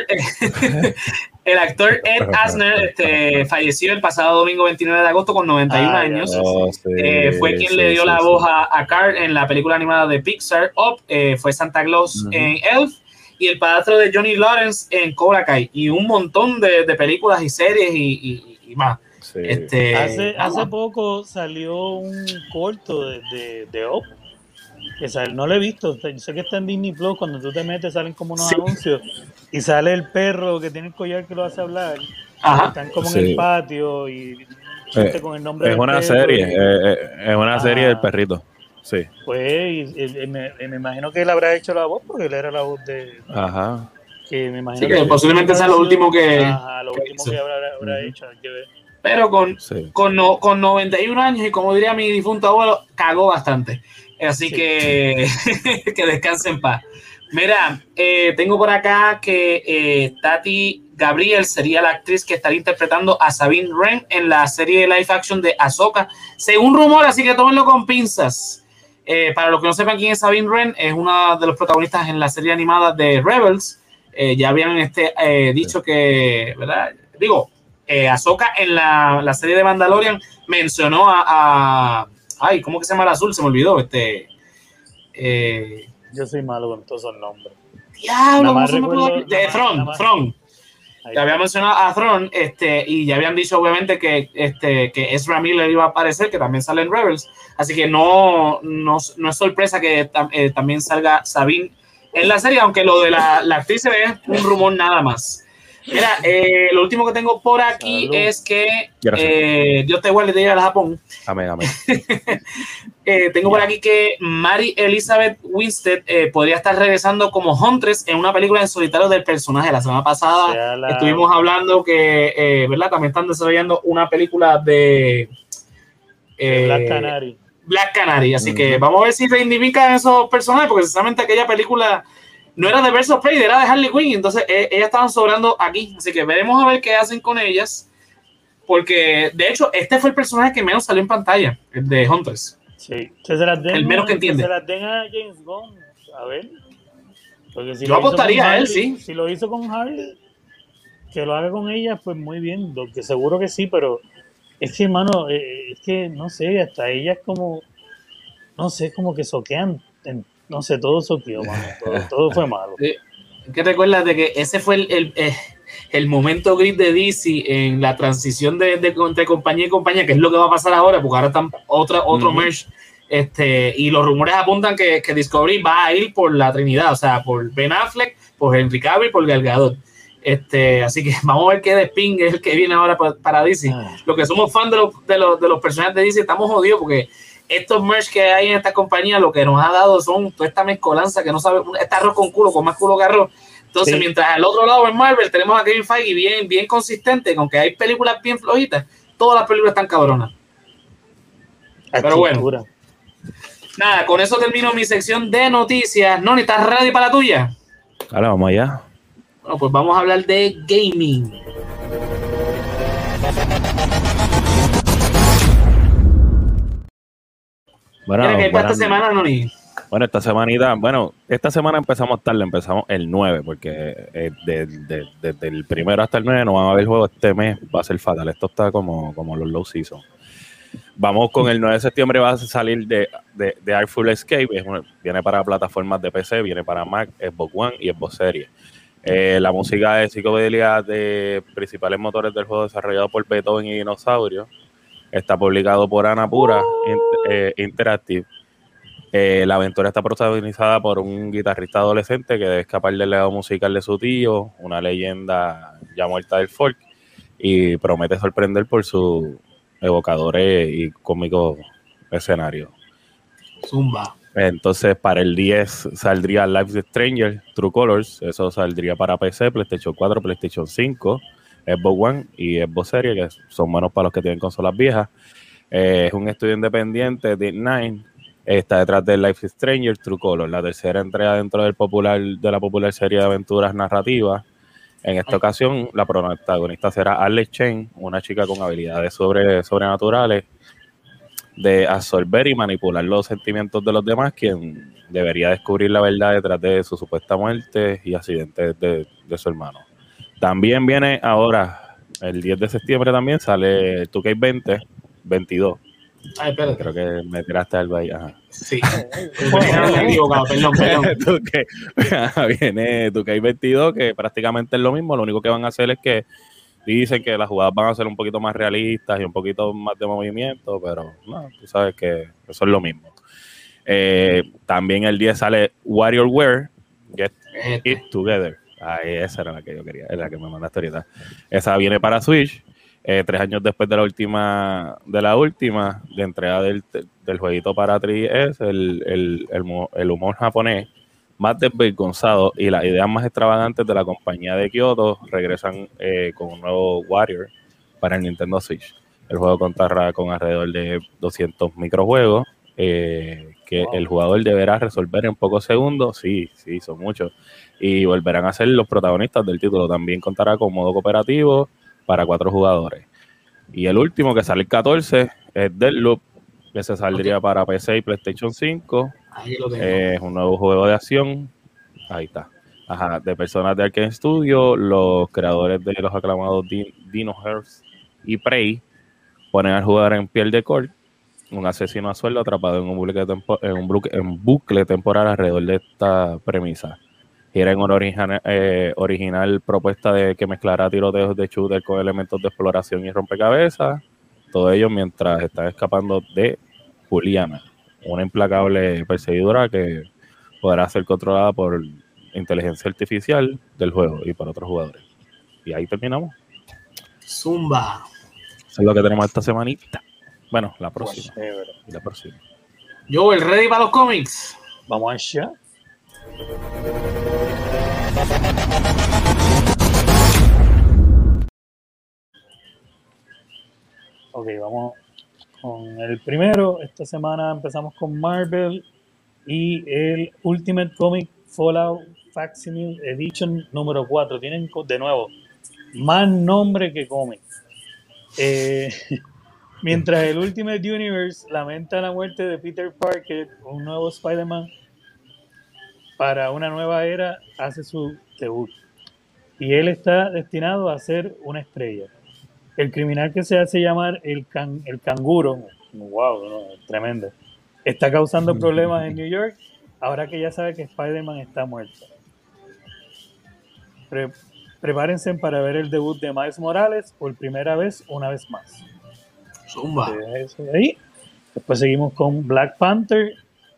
el actor Ed Asner este, falleció el pasado domingo veintinueve de agosto con noventa y uno ah, años. Oh, sí, eh, fue quien sí, le dio sí, la voz sí. a, a Carl en la película animada de Pixar, Up, eh, fue Santa Claus uh-huh. en Elf, y el padrastro de Johnny Lawrence en Cobra Kai, y un montón de, de películas y series y, y, y más. Sí. Este, hace, hace poco salió un corto de, de, de Up, que sale, no lo he visto, sé que está en Disney Plus, cuando tú te metes salen como unos sí. anuncios, y sale el perro que tiene el collar que lo hace hablar, Ajá. están como sí. en el patio, y eh, con el nombre es del una perro, serie, y, eh, es una ah, serie del perrito. Sí. Pues y, y, y me, y me imagino que él habrá hecho la voz porque él era la voz de. Ajá. Que me imagino sí, que, que posiblemente sea lo último que. Ajá, lo que último hizo. que habrá, habrá uh-huh. hecho, hay que ver. Pero con, sí. con, no, con noventa y un años y como diría mi difunto abuelo, cagó bastante. Así sí. que que descanse en paz. Mira, eh, tengo por acá que eh, Tati Gabriel sería la actriz que estaría interpretando a Sabine Wren en la serie de live action de Ahsoka, según rumor, así que tómenlo con pinzas. Eh, para los que no sepan quién es Sabine Wren, es una de los protagonistas en la serie animada de Rebels. Eh, ya habían este, eh, dicho que, ¿verdad? Digo, eh, Ahsoka en la, la serie de Mandalorian mencionó a, a... Ay, ¿cómo que se llama el azul? Se me olvidó. Este... Eh, Yo soy malo con todos esos nombres. Diablo, ¿cómo se me pudo? De Thrawn, Thrawn. Ya había mencionado a Thrawn, este, y ya habían dicho obviamente que, este, que Ezra Miller iba a aparecer, que también sale en Rebels, así que no, no, no es sorpresa que tam, eh, también salga Sabine en la serie, aunque lo de la, la actriz es un rumor nada más. Mira, eh, lo último que tengo por aquí Salud. es que eh, Dios te guarde, te lleve al Japón. Amén, amén. eh, tengo yeah. por aquí que Mary Elizabeth Winstead eh, podría estar regresando como Huntress en una película en solitario del personaje. La semana pasada la... estuvimos hablando que, eh, ¿verdad? También están desarrollando una película de, eh, Black Canary. Black Canary, así uh-huh. que vamos a ver si reivindican esos personajes, porque precisamente aquella película no era de Birds of Prey, era de Harley Quinn, entonces eh, ellas estaban sobrando aquí, así que veremos a ver qué hacen con ellas, porque de hecho este fue el personaje que menos salió en pantalla, el de Huntress. Sí, que se las den, el menos que entiende. Que se las den a James Gunn, a ver. Porque si yo apostaría a él, Harley, sí. Si lo hizo con Harley, que lo haga con ella, pues muy bien, que seguro que sí, pero es que, hermano, eh, es que, no sé, hasta ella es como, no sé, como que soquean en no sé, todo soqueó, mano. Todo, todo fue malo. Sí. Que recuerdas de que ese fue el, el, el, el momento gris de D C en la transición de, de, de compañía y compañía, que es lo que va a pasar ahora, porque ahora están otra, otro uh-huh. merge, este, y los rumores apuntan que, que Discovery va a ir por la Trinidad, o sea, por Ben Affleck, por Henry Cavill, por Gal Gadot. Este, así que vamos a ver qué despingue es el que viene ahora para, para D C. Ah. Los que somos fans de los, de, los, de los personajes de D C estamos jodidos porque estos merch que hay en esta compañía lo que nos ha dado son toda esta mezcolanza que no sabe, este arroz con culo, con más culo que arroz. Entonces, sí. mientras al otro lado en Marvel tenemos a Kevin Feige bien, bien consistente, aunque hay películas bien flojitas, todas las películas están cabronas. Pero bueno, nada, con eso termino mi sección de noticias. Noni, ¿estás ready para la tuya? Ahora vamos allá. Bueno, pues vamos a hablar de gaming. Bueno, ¿Qué hay para bueno, esta semana, Noni? Bueno, esta semanita, bueno, esta semana empezamos tarde, empezamos el nueve, porque eh, desde de, de, de el primero hasta el nueve no van a haber juegos este mes, va a ser fatal. Esto está como, como los low season. Vamos con el nueve de septiembre, va a salir de, de, de Artful Escape, es una, viene para plataformas de P C, viene para Mac, Xbox One y Xbox Series. Eh, la música de psicodelia de principales motores del juego desarrollado por Beethoven y Dinosaurio. Está publicado por Anapura eh, Interactive. Eh, la aventura está protagonizada por un guitarrista adolescente que debe escapar del legado musical de su tío, una leyenda ya muerta del folk, y promete sorprender por sus evocadores y cómicos escenarios. Zumba. Entonces, para el diez saldría Life is Stranger, True Colors. Eso saldría para P C, PlayStation cuatro, PlayStation cinco, Xbox One y Xbox Series, que son buenos para los que tienen consolas viejas. Eh, es un estudio independiente, Deep Nine. Está detrás de Life is Stranger, True Colors, la tercera entrega dentro del popular, de la popular serie de aventuras narrativas. En esta ocasión, la protagonista será Alex Chen, una chica con habilidades sobre, sobrenaturales de absorber y manipular los sentimientos de los demás, quien debería descubrir la verdad detrás de su supuesta muerte y accidentes de, de su hermano. También viene ahora, el diez de septiembre también, sale el dos K veinte, veintidós. Ay, espérate. Creo que me tiraste algo ahí. Ajá. Sí. equivocado, perdón, perdón. Viene dos K veintidós, que prácticamente es lo mismo. Lo único que van a hacer es que dicen que las jugadas van a ser un poquito más realistas y un poquito más de movimiento, pero no, tú sabes que eso es lo mismo. Eh, también el diez sale WarioWare, Get It Together. Ay, esa era la que yo quería, es la que me mandaste ahorita. Esa viene para Switch. Eh, tres años después de la última de la última de entrega del, del jueguito para tres D S, el, el, el, el humor japonés más desvergonzado y las ideas más extravagantes de la compañía de Kyoto regresan eh, con un nuevo Warrior para el Nintendo Switch. El juego contará con alrededor de doscientos microjuegos eh, que wow. el jugador deberá resolver en pocos segundos. Sí, sí, son muchos. Y volverán a ser los protagonistas del título. También contará con modo cooperativo para cuatro jugadores. Y el último, que sale el catorce, es Deathloop, que se saldría okay. para P C y PlayStation cinco. Ahí lo tengo. Eh, es un nuevo juego de acción. Ahí está. Ajá, de personas de Arkane Studio, los creadores de los aclamados Dino Hearts y Prey ponen al jugador en piel de Colt, un asesino a sueldo atrapado en un bucle, tempo- en un bucle, en bucle temporal alrededor de esta premisa. gira en una original, eh, original propuesta de que mezclará tiroteos de shooter con elementos de exploración y rompecabezas, todo ello mientras están escapando de Juliana, una implacable perseguidora que podrá ser controlada por inteligencia artificial del juego y por otros jugadores. Y ahí terminamos. Zumba. Eso es lo que tenemos esta semanita. Bueno, la próxima. Pues, y la próxima. Yo, el ready para los cómics. Vamos allá. Ok, vamos con el primero. Esta semana empezamos con Marvel y el Ultimate Comic Fallout Facsimile Edition número cuatro. Tienen de nuevo más nombre que cómic. Eh, mientras el Ultimate Universe lamenta la muerte de Peter Parker, un nuevo Spider-Man para una nueva era hace su debut. Y él está destinado a ser una estrella. El criminal que se hace llamar el, can, el canguro, wow, no, tremendo, está causando problemas en New York ahora que ya sabe que Spider-Man está muerto. Pre- prepárense para ver el debut de Miles Morales por primera vez, una vez más. Zumba. Eso de ahí. Después seguimos con Black Panther,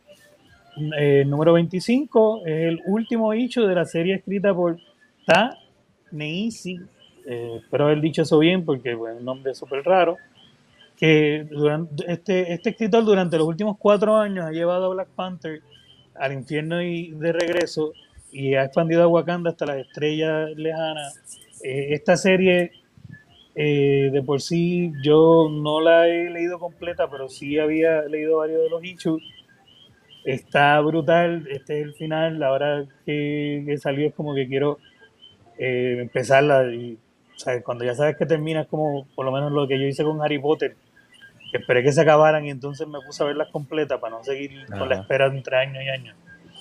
eh, número veinticinco, es el último issue de la serie escrita por Ta Nehisi, eh, espero haber dicho eso bien porque bueno, es un nombre súper raro, que durante, este, este escritor durante los últimos cuatro años ha llevado a Black Panther al infierno y de regreso y ha expandido a Wakanda hasta las estrellas lejanas. Eh, esta serie eh, de por sí yo no la he leído completa, pero sí había leído varios de los issues. Está brutal, este es el final, la hora que, que salió es como que quiero eh, empezarla y o sea, cuando ya sabes que termina es como por lo menos lo que yo hice con Harry Potter, que esperé que se acabaran y entonces me puse a verlas completas para no seguir Ajá. con la espera de entre años y años.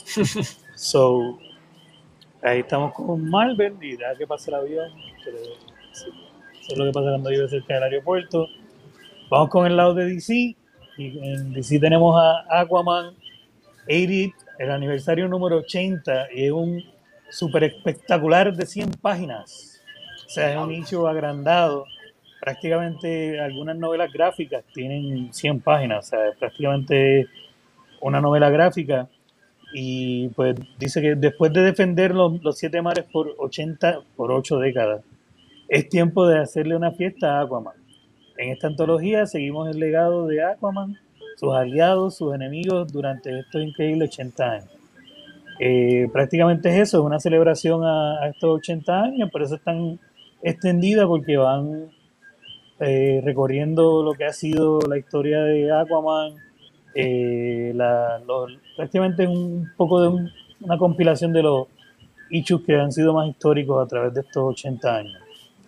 So, ahí estamos con Marvel y deja que pase el avión, pero, sí, eso es lo que pasa cuando vive cerca del aeropuerto. Vamos con el lado de D C y en D C tenemos a Aquaman ochenta, el aniversario número ochenta, y es un súper espectacular de cien páginas. O sea, es un issue agrandado. Prácticamente algunas novelas gráficas tienen cien páginas, o sea, es prácticamente una novela gráfica. Y pues dice que después de defender los, los siete mares por ochenta, por ocho décadas, es tiempo de hacerle una fiesta a Aquaman. En esta antología seguimos el legado de Aquaman, sus aliados, sus enemigos durante estos increíbles ochenta años. Eh, prácticamente es eso, es una celebración a, a estos ochenta años, por eso es tan extendida, porque van eh, recorriendo lo que ha sido la historia de Aquaman, eh, la, los, prácticamente un poco de un, una compilación de los issues que han sido más históricos a través de estos ochenta años.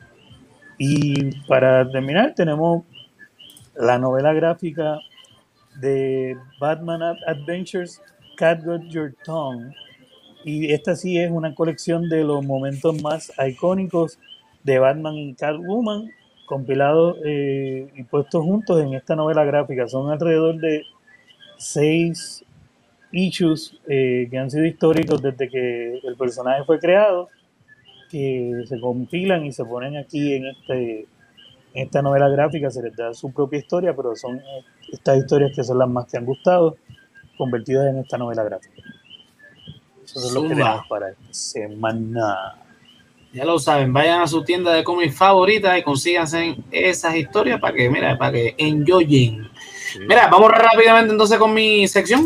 Y para terminar tenemos la novela gráfica de Batman Adventures, Cat Got Your Tongue, y esta sí es una colección de los momentos más icónicos de Batman y Catwoman, compilados eh, y puestos juntos en esta novela gráfica. Son alrededor de seis issues eh, que han sido históricos desde que el personaje fue creado, que se compilan y se ponen aquí en este en esta novela gráfica. Se les da su propia historia, pero son estas historias que son las más que han gustado, convertidas en esta novela gráfica. Eso es lo que tenemos para esta semana. Ya lo saben, vayan a su tienda de cómics favorita y consíganse esas historias para que, mira, para que enjoyen. Sí. Mira, vamos rápidamente entonces con mi sección.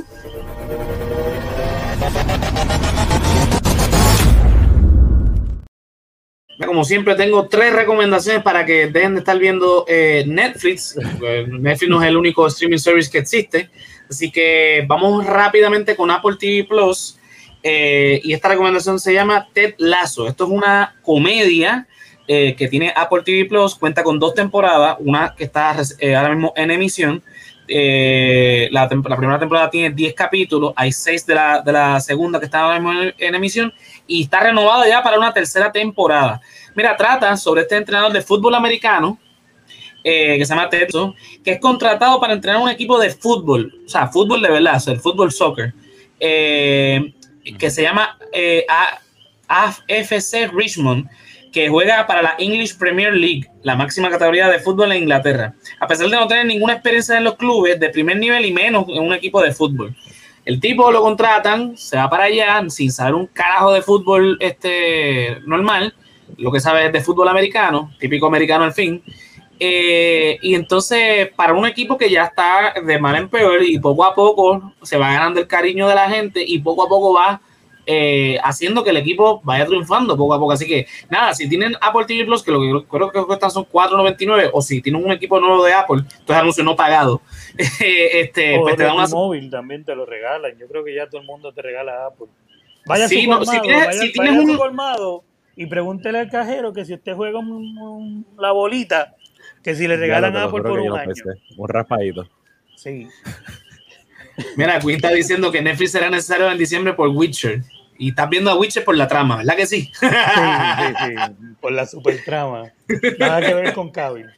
Como siempre tengo tres recomendaciones para que dejen de estar viendo eh, Netflix. Netflix no es el único streaming service que existe, así que vamos rápidamente con Apple T V Plus, eh, y esta recomendación se llama Ted Lasso. Esto es una comedia eh, que tiene Apple T V Plus, cuenta con dos temporadas, una que está eh, ahora mismo en emisión. Eh, la, la primera temporada tiene diez capítulos, hay seis de la, de la segunda que está ahora mismo en, en emisión, y está renovada ya para una tercera temporada. Mira, trata sobre este entrenador de fútbol americano eh, que se llama Ted Lasso, que es contratado para entrenar un equipo de fútbol, o sea, fútbol de verdad, o sea, el fútbol soccer, eh, que se llama eh, A F C Richmond, que juega para la English Premier League, la máxima categoría de fútbol en Inglaterra, a pesar de no tener ninguna experiencia en los clubes de primer nivel y menos en un equipo de fútbol. El tipo lo contratan, se va para allá sin saber un carajo de fútbol este, normal, lo que sabe es de fútbol americano, típico americano al fin, eh, y entonces para un equipo que ya está de mal en peor y poco a poco se va ganando el cariño de la gente y poco a poco va Eh, haciendo que el equipo vaya triunfando poco a poco. Así que nada, si tienen Apple T V Plus, que lo que creo que cuestan son cuatro noventa y nueve, o si tienen un equipo nuevo de Apple, entonces anuncio no pagado, este, o pues te dan una móvil también te lo regalan. Yo creo que ya todo el mundo te regala Apple. Vaya sí, a su no, colmado, si tienes, vaya, si tienes vaya un... a su colmado y pregúntele al cajero que si usted juega un, un, la bolita, que si le regalan Ya, Apple por un año. Pensé. Un raspadito. Sí. Mira, Quinn está diciendo que Netflix será necesario en diciembre por Witcher. Y estás viendo a Witcher por la trama, ¿verdad que sí? Sí, sí, sí, por la super trama. Nada que ver con cable.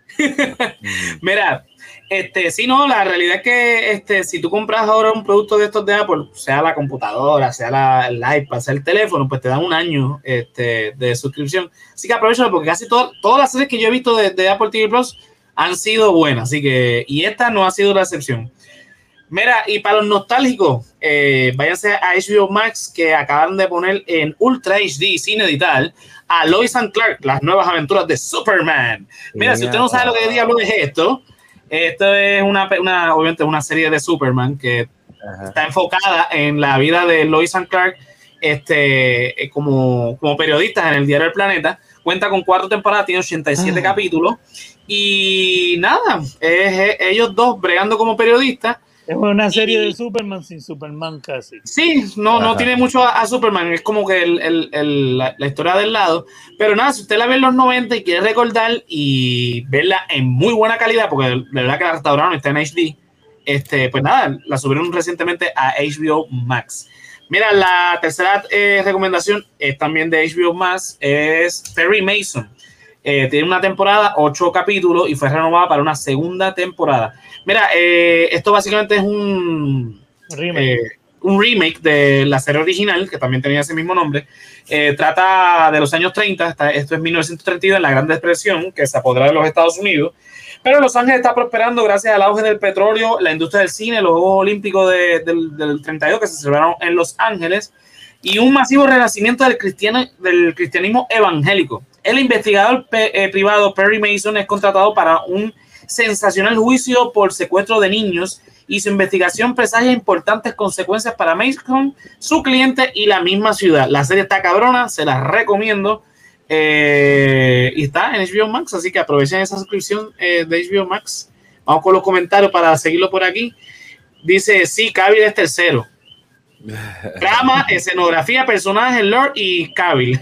Mira, este, sí, no, la realidad es que este, si tú compras ahora un producto de estos de Apple, sea la computadora, sea la, el iPad, sea el teléfono, pues te dan un año este, de suscripción. Así que aprovechalo porque casi todo, todas las series que yo he visto de, de Apple T V Plus han sido buenas, así que, y esta no ha sido la excepción. Mira, y para los nostálgicos, eh, váyanse a H B O Max, que acaban de poner en Ultra H D, sin editar, a Lois and Clark, las nuevas aventuras de Superman. Mira, si usted no sabe lo que diablo es esto, esto es una, una obviamente una serie de Superman que Ajá. está enfocada en la vida de Lois and Clark este, como, como periodistas en el diario El Planeta. Cuenta con cuatro temporadas, tiene ochenta y siete ah. capítulos, y nada, es, es ellos dos bregando como periodistas. Es una serie de Superman sin Superman casi. Sí, no, no tiene mucho a, a Superman, es como que el, el, el, la, la historia del lado. Pero nada, si usted la ve en los noventa y quiere recordar y verla en muy buena calidad, porque de verdad que la restauraron, está en H D, este, pues nada, la subieron recientemente a H B O Max. Mira, la tercera eh, recomendación es también de H B O Max, es Perry Mason. Eh, tiene una temporada, ocho capítulos y fue renovada para una segunda temporada. Mira, eh, esto básicamente es un remake. Eh, un remake de la serie original, que también tenía ese mismo nombre. Eh, trata de los años treinta, está, esto es mil novecientos treinta y dos, en la Gran Depresión, que se apodera de los Estados Unidos. Pero Los Ángeles está prosperando gracias al auge del petróleo, la industria del cine, los Juegos Olímpicos de, del, del treinta y dos que se celebraron en Los Ángeles y un masivo renacimiento del, cristiano, del cristianismo evangélico. El investigador pe, eh, privado Perry Mason es contratado para un sensacional juicio por secuestro de niños y su investigación presagia importantes consecuencias para Mason, su cliente y la misma ciudad. La serie está cabrona, se la recomiendo eh, y está en H B O Max, así que aprovechen esa suscripción eh, de H B O Max. Vamos con los comentarios para seguirlo por aquí. Dice, sí, Cavill es tercero. Drama, escenografía, personajes, lore y Cavill.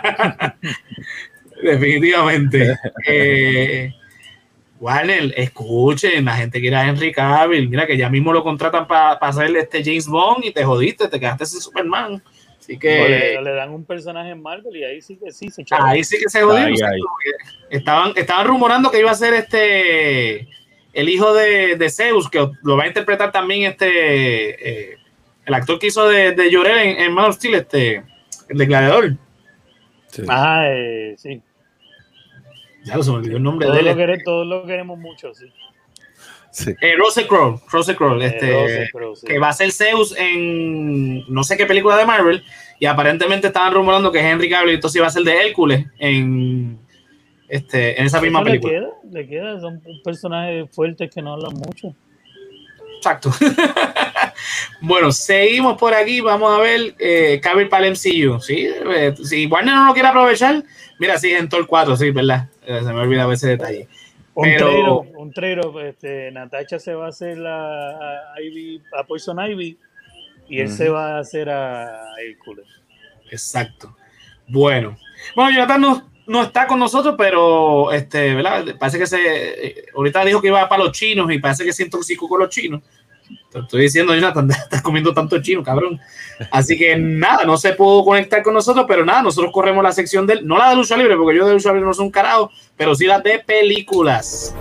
Definitivamente. Eh, Warner, escuchen, la gente quiere a Henry Cavill. Mira que ya mismo lo contratan para pa hacer este James Bond y te jodiste, te quedaste sin Superman. Así que le, le dan un personaje en Marvel y ahí sí que sí se echaba. Ahí sí que se jodió. Estaban, estaban rumorando que iba a ser este el hijo de, de Zeus, que lo va a interpretar también este eh, el actor que hizo de, de Jor-El en, en Man of Steel, este, el de Gladiador. Sí. Ah, eh, sí. Ya lo se me olvidó el nombre todos de él. Lo queremos, todos lo queremos mucho, sí. sí. Eh, Russell Crowe, Russell Crowe, este, eh, sí. que va a ser Zeus en no sé qué película de Marvel, y aparentemente estaban rumorando que Henry Cavill entonces iba a ser de Hércules en, este, en esa misma película. Le queda, le queda, son personajes fuertes que no hablan mucho. Exacto. Bueno, seguimos por aquí. Vamos a ver eh, Cavill para el M C U. ¿Sí? Eh, si Warner no lo quiere aprovechar, mira, sí, en Thor cuatro, sí, ¿verdad? Eh, se me olvidaba ese detalle. Un Pero... trero, un trero. Este, Natasha se va a hacer la, a, Ivy, a Poison Ivy y él uh-huh. se va a hacer a Hércules. Exacto. Bueno, bueno, Jonathan no, no está con nosotros, pero este, ¿verdad? Parece que se ahorita dijo que iba para los chinos y parece que se intoxicó con los chinos. Te estoy diciendo, Jonathan, estás comiendo tanto chino, cabrón. Así que nada, no se pudo conectar con nosotros, pero nada, nosotros corremos la sección de, no la de lucha libre, porque yo de lucha libre no soy un carajo, pero sí la de películas.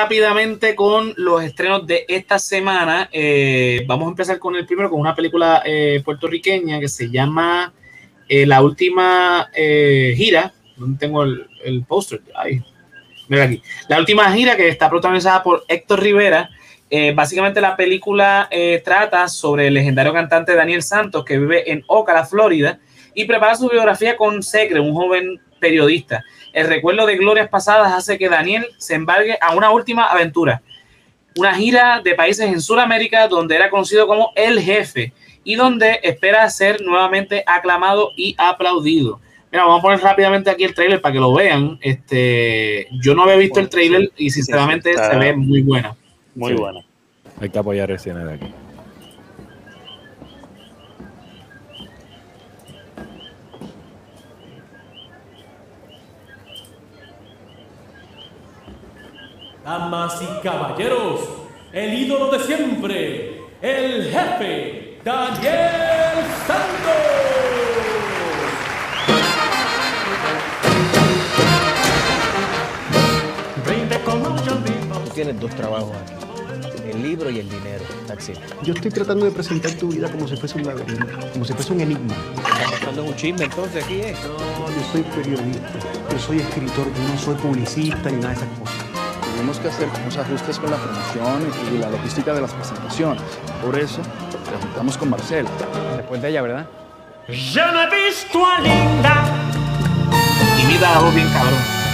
rápidamente con los estrenos de esta semana. Eh, vamos a empezar con el primero, con una película eh, puertorriqueña que se llama eh, La Última eh, Gira. ¿Dónde tengo el, el póster? Ay, mira aquí. La Última Gira, que está protagonizada por Héctor Rivera. Eh, básicamente la película eh, trata sobre el legendario cantante Daniel Santos, que vive en Ocala, Florida, y prepara su biografía con Segre, un joven periodista. El recuerdo de glorias pasadas hace que Daniel se embarque a una última aventura, una gira de países en Sudamérica donde era conocido como El Jefe y donde espera ser nuevamente aclamado y aplaudido. Mira, vamos a poner rápidamente aquí el trailer para que lo vean. Este, yo no había visto bueno, el trailer sí, y sinceramente sí, sí, se ve muy buena. Muy sí. buena. Hay que apoyar el cine de aquí. Damas y caballeros, el ídolo de siempre, el jefe, Daniel Santos. Tú tienes dos trabajos aquí, el libro y el dinero, taxi. Yo estoy tratando de presentar tu vida como si fuese un laberinto, como si fuese un enigma. ¿Estás mostrando un chisme entonces aquí, eh? No, yo soy periodista, yo soy escritor, yo no soy publicista ni nada de esas cosas. Tenemos que hacer unos ajustes con la promoción y la logística de las presentaciones. Por eso, nos juntamos con Marcela. Después de ella, ¿verdad? Yo no he visto a Linda. Imita a vos bien cabrón.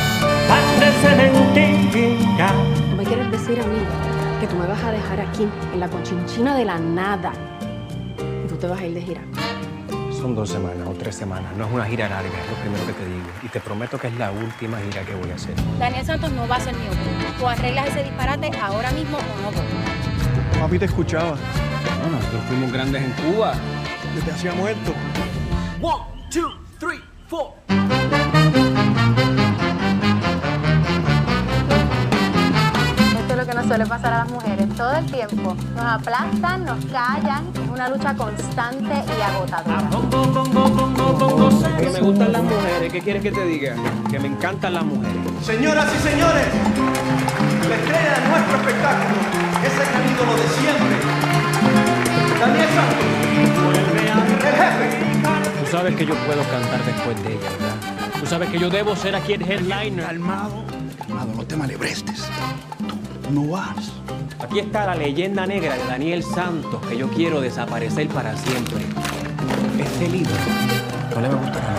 ¿Tú me quieres decir a mí que tú me vas a dejar aquí, en la Conchinchina de la nada, y tú te vas a ir de gira? Son dos semanas o tres semanas, no es una gira larga, es lo primero que te digo. Y te prometo que es la última gira que voy a hacer. Daniel Santos no va a ser mi otro. O arreglas ese disparate ahora mismo o no voy. Papi te escuchaba. No, nosotros fuimos grandes en Cuba. Yo te hacía muerto. One, two, three, four. Que nos suele pasar a las mujeres todo el tiempo. Nos aplastan, nos callan. Es una lucha constante y agotadora. Que me gustan las mujeres. ¿Qué quieres que te diga? Que me encantan las mujeres. Señoras y señores, la estrella de nuestro espectáculo es el ídolo de siempre, Daniel Santos. Vuelve a el jefe. Tú sabes que yo puedo cantar después de ella, ¿verdad? Tú sabes que yo debo ser aquí el headliner. Calmado, calmado, no te malebrestes. No vas. Aquí está la leyenda negra de Daniel Santos que yo quiero desaparecer para siempre. Este libro no le va a gustar a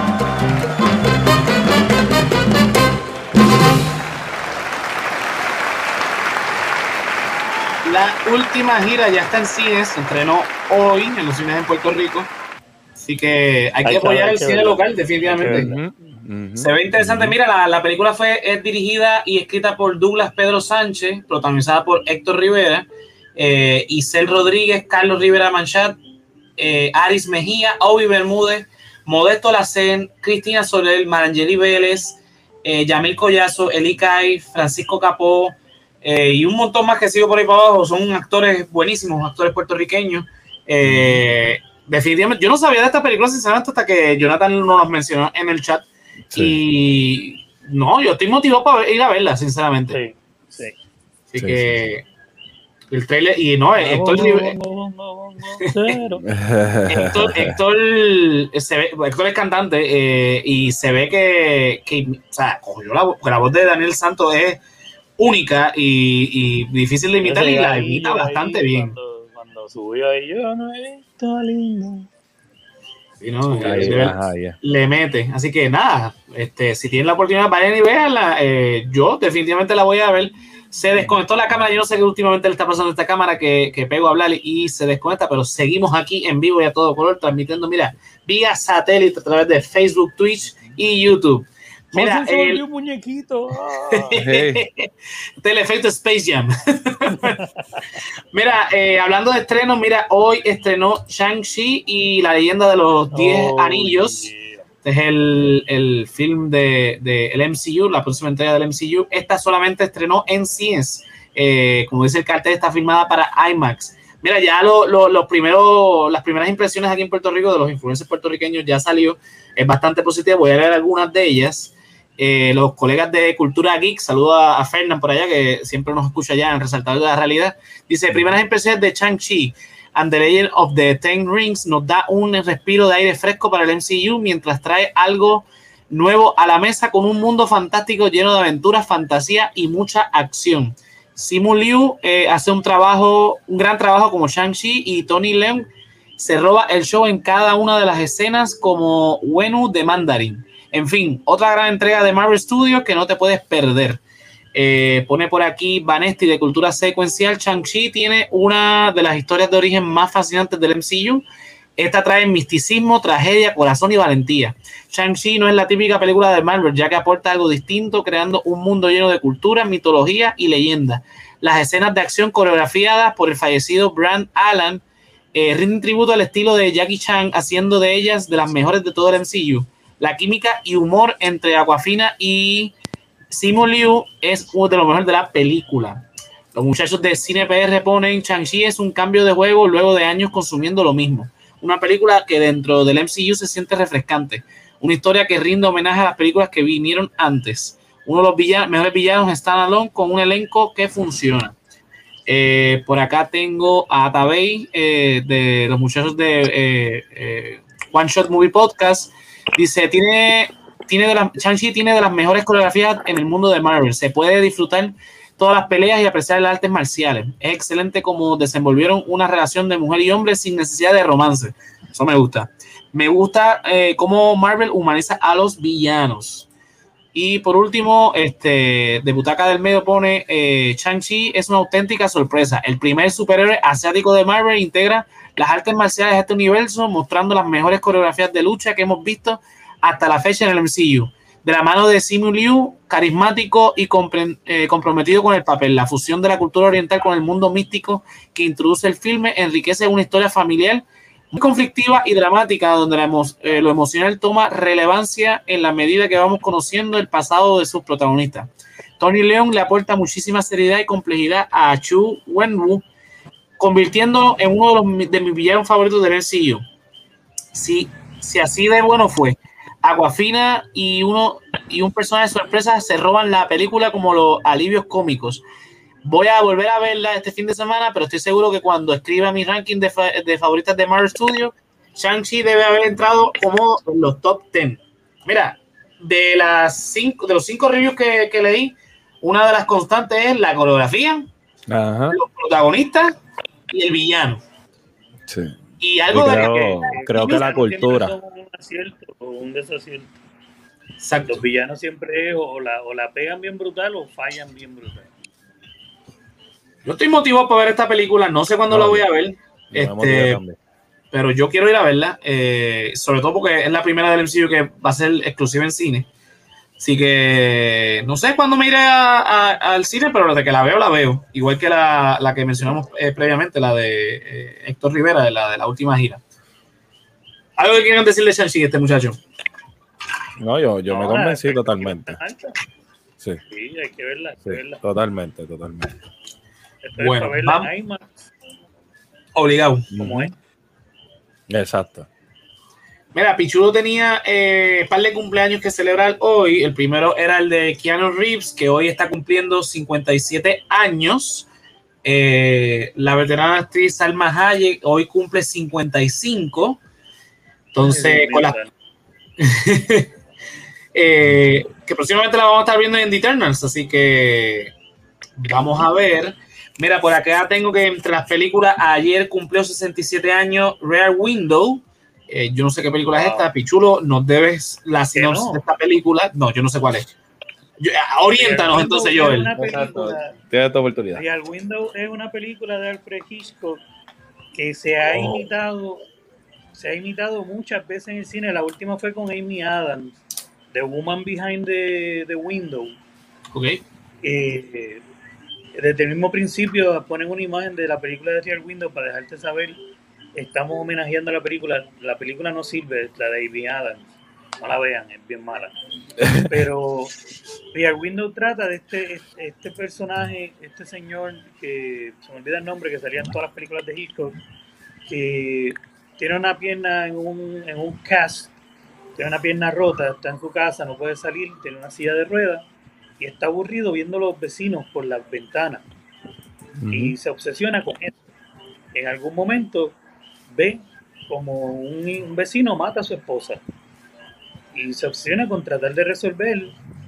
nadie. La última gira ya está en cines, se estrenó hoy en los cines en Puerto Rico. Así que hay que hay apoyar el cine local, definitivamente. Uh-huh. Se ve interesante. Mira, la, la película fue es dirigida y escrita por Douglas Pedro Sánchez, protagonizada por Héctor Rivera, eh, Isel Rodríguez, Carlos Rivera Manchat, eh, Aris Mejía, Obi Bermúdez, Modesto Lacén, Cristina Soler, Marangeli Vélez, eh, Yamil Collazo, Eli Cay, Francisco Capó, eh, y un montón más que sigo por ahí para abajo. Son actores buenísimos, actores puertorriqueños. Eh, definitivamente, yo no sabía de esta película sinceramente hasta que Jonathan nos mencionó en el chat. Sí. Y no, yo estoy motivado para ir a verla, sinceramente. Sí, sí. Así sí, que sí, sí. El trailer, y no, Héctor Héctor, Héctor, se ve, Héctor es cantante eh, y se ve que, que o sea, cogió la, la voz de Daniel Santos es única y, y difícil de imitar y la imita ahí, bastante ahí, bien. Cuando, cuando subió ahí, yo no he visto a Linda. Sí, no, ahí, le, ajá, yeah. le mete. Así que nada, este, si tienen la oportunidad, vayan y véanla. Eh, yo definitivamente la voy a ver. Se desconectó la cámara. Yo no sé qué últimamente le está pasando a esta cámara que, que pego a hablar y se desconecta, pero seguimos aquí en vivo y a todo color, transmitiendo, mira, vía satélite a través de Facebook, Twitch y YouTube. Mira, se el... un muñequito. Ah. El efecto Space Jam. Mira, eh, hablando de estrenos, mira, hoy estrenó Shang-Chi y la leyenda de los diez oh, anillos. Yeah. Este es el, el film de, de el M C U, la próxima entrega del M C U. Esta solamente estrenó en cines. Eh, como dice el cartel, está filmada para IMAX. Mira, ya lo, lo, los primeros, las primeras impresiones aquí en Puerto Rico de los influencers puertorriqueños ya salió. Es bastante positiva. Voy a leer algunas de ellas. Eh, los colegas de Cultura Geek, saludo a, a Fernán por allá, que siempre nos escucha ya en el Resaltador de la Realidad. Dice, primeras impresiones de Shang-Chi and the Legend of the Ten Rings nos da un respiro de aire fresco para el M C U mientras trae algo nuevo a la mesa con un mundo fantástico lleno de aventuras, fantasía y mucha acción. Simu Liu eh, hace un trabajo, un gran trabajo como Shang-Chi y Tony Leung se roba el show en cada una de las escenas como Wenu de Mandarin. En fin, otra gran entrega de Marvel Studios que no te puedes perder. Eh, pone por aquí Vanesti de Cultura Secuencial. Shang-Chi tiene una de las historias de origen más fascinantes del M C U. Esta trae misticismo, tragedia, corazón y valentía. Shang-Chi no es la típica película de Marvel, ya que aporta algo distinto, creando un mundo lleno de cultura, mitología y leyenda. Las escenas de acción coreografiadas por el fallecido Brand Allan eh, rinden tributo al estilo de Jackie Chan, haciendo de ellas de las mejores de todo el M C U. La química y humor entre Awkwafina y Simu Liu es uno de los mejores de la película. Los muchachos de Cine P R ponen Shang-Chi es un cambio de juego luego de años consumiendo lo mismo. Una película que dentro del M C U se siente refrescante. Una historia que rinde homenaje a las películas que vinieron antes. Uno de los villanos, mejores villanos standalone con un elenco que funciona. Eh, por acá tengo a Tabey eh, de los muchachos de eh, eh, One Shot Movie Podcast. Dice, tiene, tiene de las, Shang-Chi tiene de las mejores coreografías en el mundo de Marvel. Se puede disfrutar todas las peleas y apreciar las artes marciales. Es excelente como desenvolvieron una relación de mujer y hombre sin necesidad de romance. Eso me gusta. Me gusta eh, cómo Marvel humaniza a los villanos. Y por último, este, de Butaca del Medio pone eh, Shang-Chi es una auténtica sorpresa. El primer superhéroe asiático de Marvel integra las artes marciales a este universo, mostrando las mejores coreografías de lucha que hemos visto hasta la fecha en el M C U. De la mano de Simu Liu, carismático y compre- eh, comprometido con el papel. La fusión de la cultura oriental con el mundo místico que introduce el filme enriquece una historia familiar muy conflictiva y dramática, donde la emo- eh, lo emocional toma relevancia en la medida que vamos conociendo el pasado de sus protagonistas. Tony Leung le aporta muchísima seriedad y complejidad a Chu Wenwu, convirtiéndolo en uno de, los, de mis villanos favoritos del M C U. Si, si así de bueno fue, Awkwafina y, uno, y un personaje de sorpresa se roban la película como los alivios cómicos. Voy a volver a verla este fin de semana, pero estoy seguro que cuando escriba mi ranking de, fa de favoritas de Marvel Studios, Shang-Chi debe haber entrado como en los top diez. Mira, de, las cinco, de los cinco reviews que, que leí, una de las constantes es la coreografía, Ajá. los protagonistas y el villano. Sí. Y algo y de creo, que, creo que la cultura. Son un acierto o un desacierto. Exacto. Los villanos siempre es o la, o la pegan bien brutal o fallan bien brutal. Yo estoy motivado para ver esta película, no sé cuándo no, la voy a ver, este, pero yo quiero ir a verla, eh, sobre todo porque es la primera del M C U que va a ser exclusiva en cine. Así que no sé cuándo me iré a, a, al cine, pero desde que la veo, la veo. Igual que la, la que mencionamos eh, previamente, la de eh, Héctor Rivera, de la de la última gira. ¿Algo que quieran decirle Shang-Chi a este muchacho? No, yo, yo no, me convencí totalmente. Sí. sí, hay que verla. Hay que sí, verla. Totalmente, totalmente. Esto bueno, es para verla en IMAX. Obligado. Como es. Exacto. Mira, Pichulo tenía eh, un par de cumpleaños que celebrar hoy. El primero era el de Keanu Reeves, que hoy está cumpliendo cincuenta y siete años. Eh, la veterana actriz Salma Hayek hoy cumple cincuenta y cinco. Entonces, con la... eh, que próximamente la vamos a estar viendo en The Eternals, así que vamos a ver. Mira, por acá tengo que entre las películas, ayer cumplió sesenta y siete años Rear Window. Eh, yo no sé qué película wow. es esta. Pichulo, nos debes la sinopsis no? de esta película. No, yo no sé cuál es. Yo, oriéntanos entonces, Joel. Tienes tu oportunidad. Rear Window es una película de Alfred Hitchcock que se ha oh. imitado se ha imitado muchas veces en el cine. La última fue con Amy Adams, The Woman Behind the, the Window. Ok. Eh, desde el mismo principio ponen una imagen de la película de Rear Window para dejarte saber, estamos homenajeando a la película. La película no sirve, la de Amy Adams. No la vean, es bien mala. Pero Rear Window trata de este, este personaje, este señor que se me olvida el nombre, que salía en todas las películas de Hitchcock, que tiene una pierna en un, en un cast tiene una pierna rota, está en su casa, no puede salir, tiene una silla de ruedas y está aburrido viendo los vecinos por las ventanas. Uh-huh. Y se obsesiona con eso. En algún momento ve como un, un vecino mata a su esposa y se obsesiona con tratar de resolver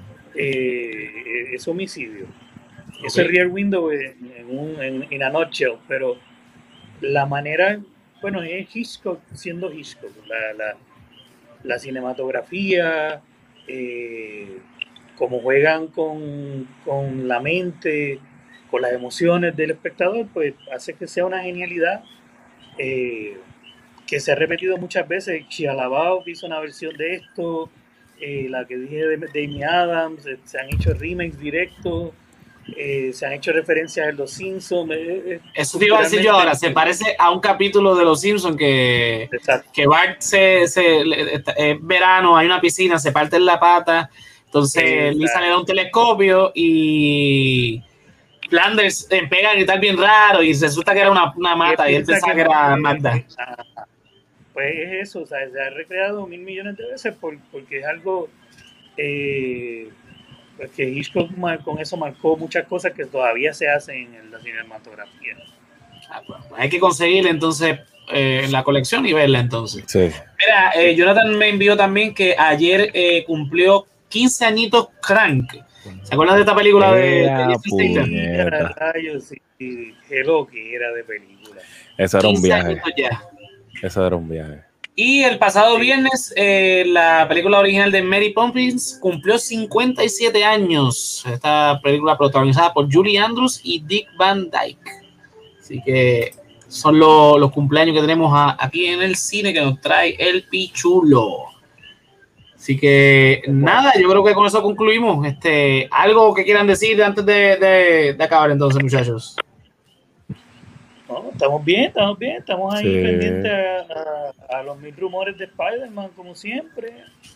eh, ese homicidio. Okay. Eso es Rear Window en, en, un, en, en a nutshell, pero la manera, bueno, es Hitchcock siendo Hitchcock, la, la, la cinematografía, eh, cómo juegan con, con la mente, con las emociones del espectador, pues hace que sea una genialidad eh, que se ha repetido muchas veces. Shia LaBeouf hizo una versión de esto, eh, la que dije de, de Amy Adams, eh, se han hecho remakes directos, eh, se han hecho referencias en Los Simpsons. Eh, Eso te iba a decir yo ahora, se parece a un capítulo de Los Simpsons que, que Bart se, se, es verano, hay una piscina, se parte en la pata, entonces Exacto. Lisa le da un telescopio y Flanders pega a gritar bien raro y resulta que era una, una mata y, y él pensaba que, que era Magda. Pues es eso, o sea, se ha recreado mil millones de veces por, porque es algo eh, pues que Hitchcock con eso marcó muchas cosas que todavía se hacen en la cinematografía. Ah, bueno, hay que conseguirla entonces eh, en la colección y verla entonces. Sí. Mira, eh, Jonathan me envió también que ayer eh, cumplió quince añitos Crank. ¿Se acuerdan de esta película de, de rayos, sí, Hello, que era de película? Eso era un viaje. Eso era un viaje. Y el pasado viernes, eh, la película original de Mary Poppins cumplió cincuenta y siete años. Esta película protagonizada por Julie Andrews y Dick Van Dyke. Así que son lo, los cumpleaños que tenemos a, aquí en el cine que nos trae el Pichulo. Así que nada, yo creo que con eso concluimos. Este, algo que quieran decir antes de, de, de acabar entonces, muchachos. No, estamos bien, estamos bien, estamos ahí sí. pendientes a, a, a los mil rumores de Spider-Man, como siempre.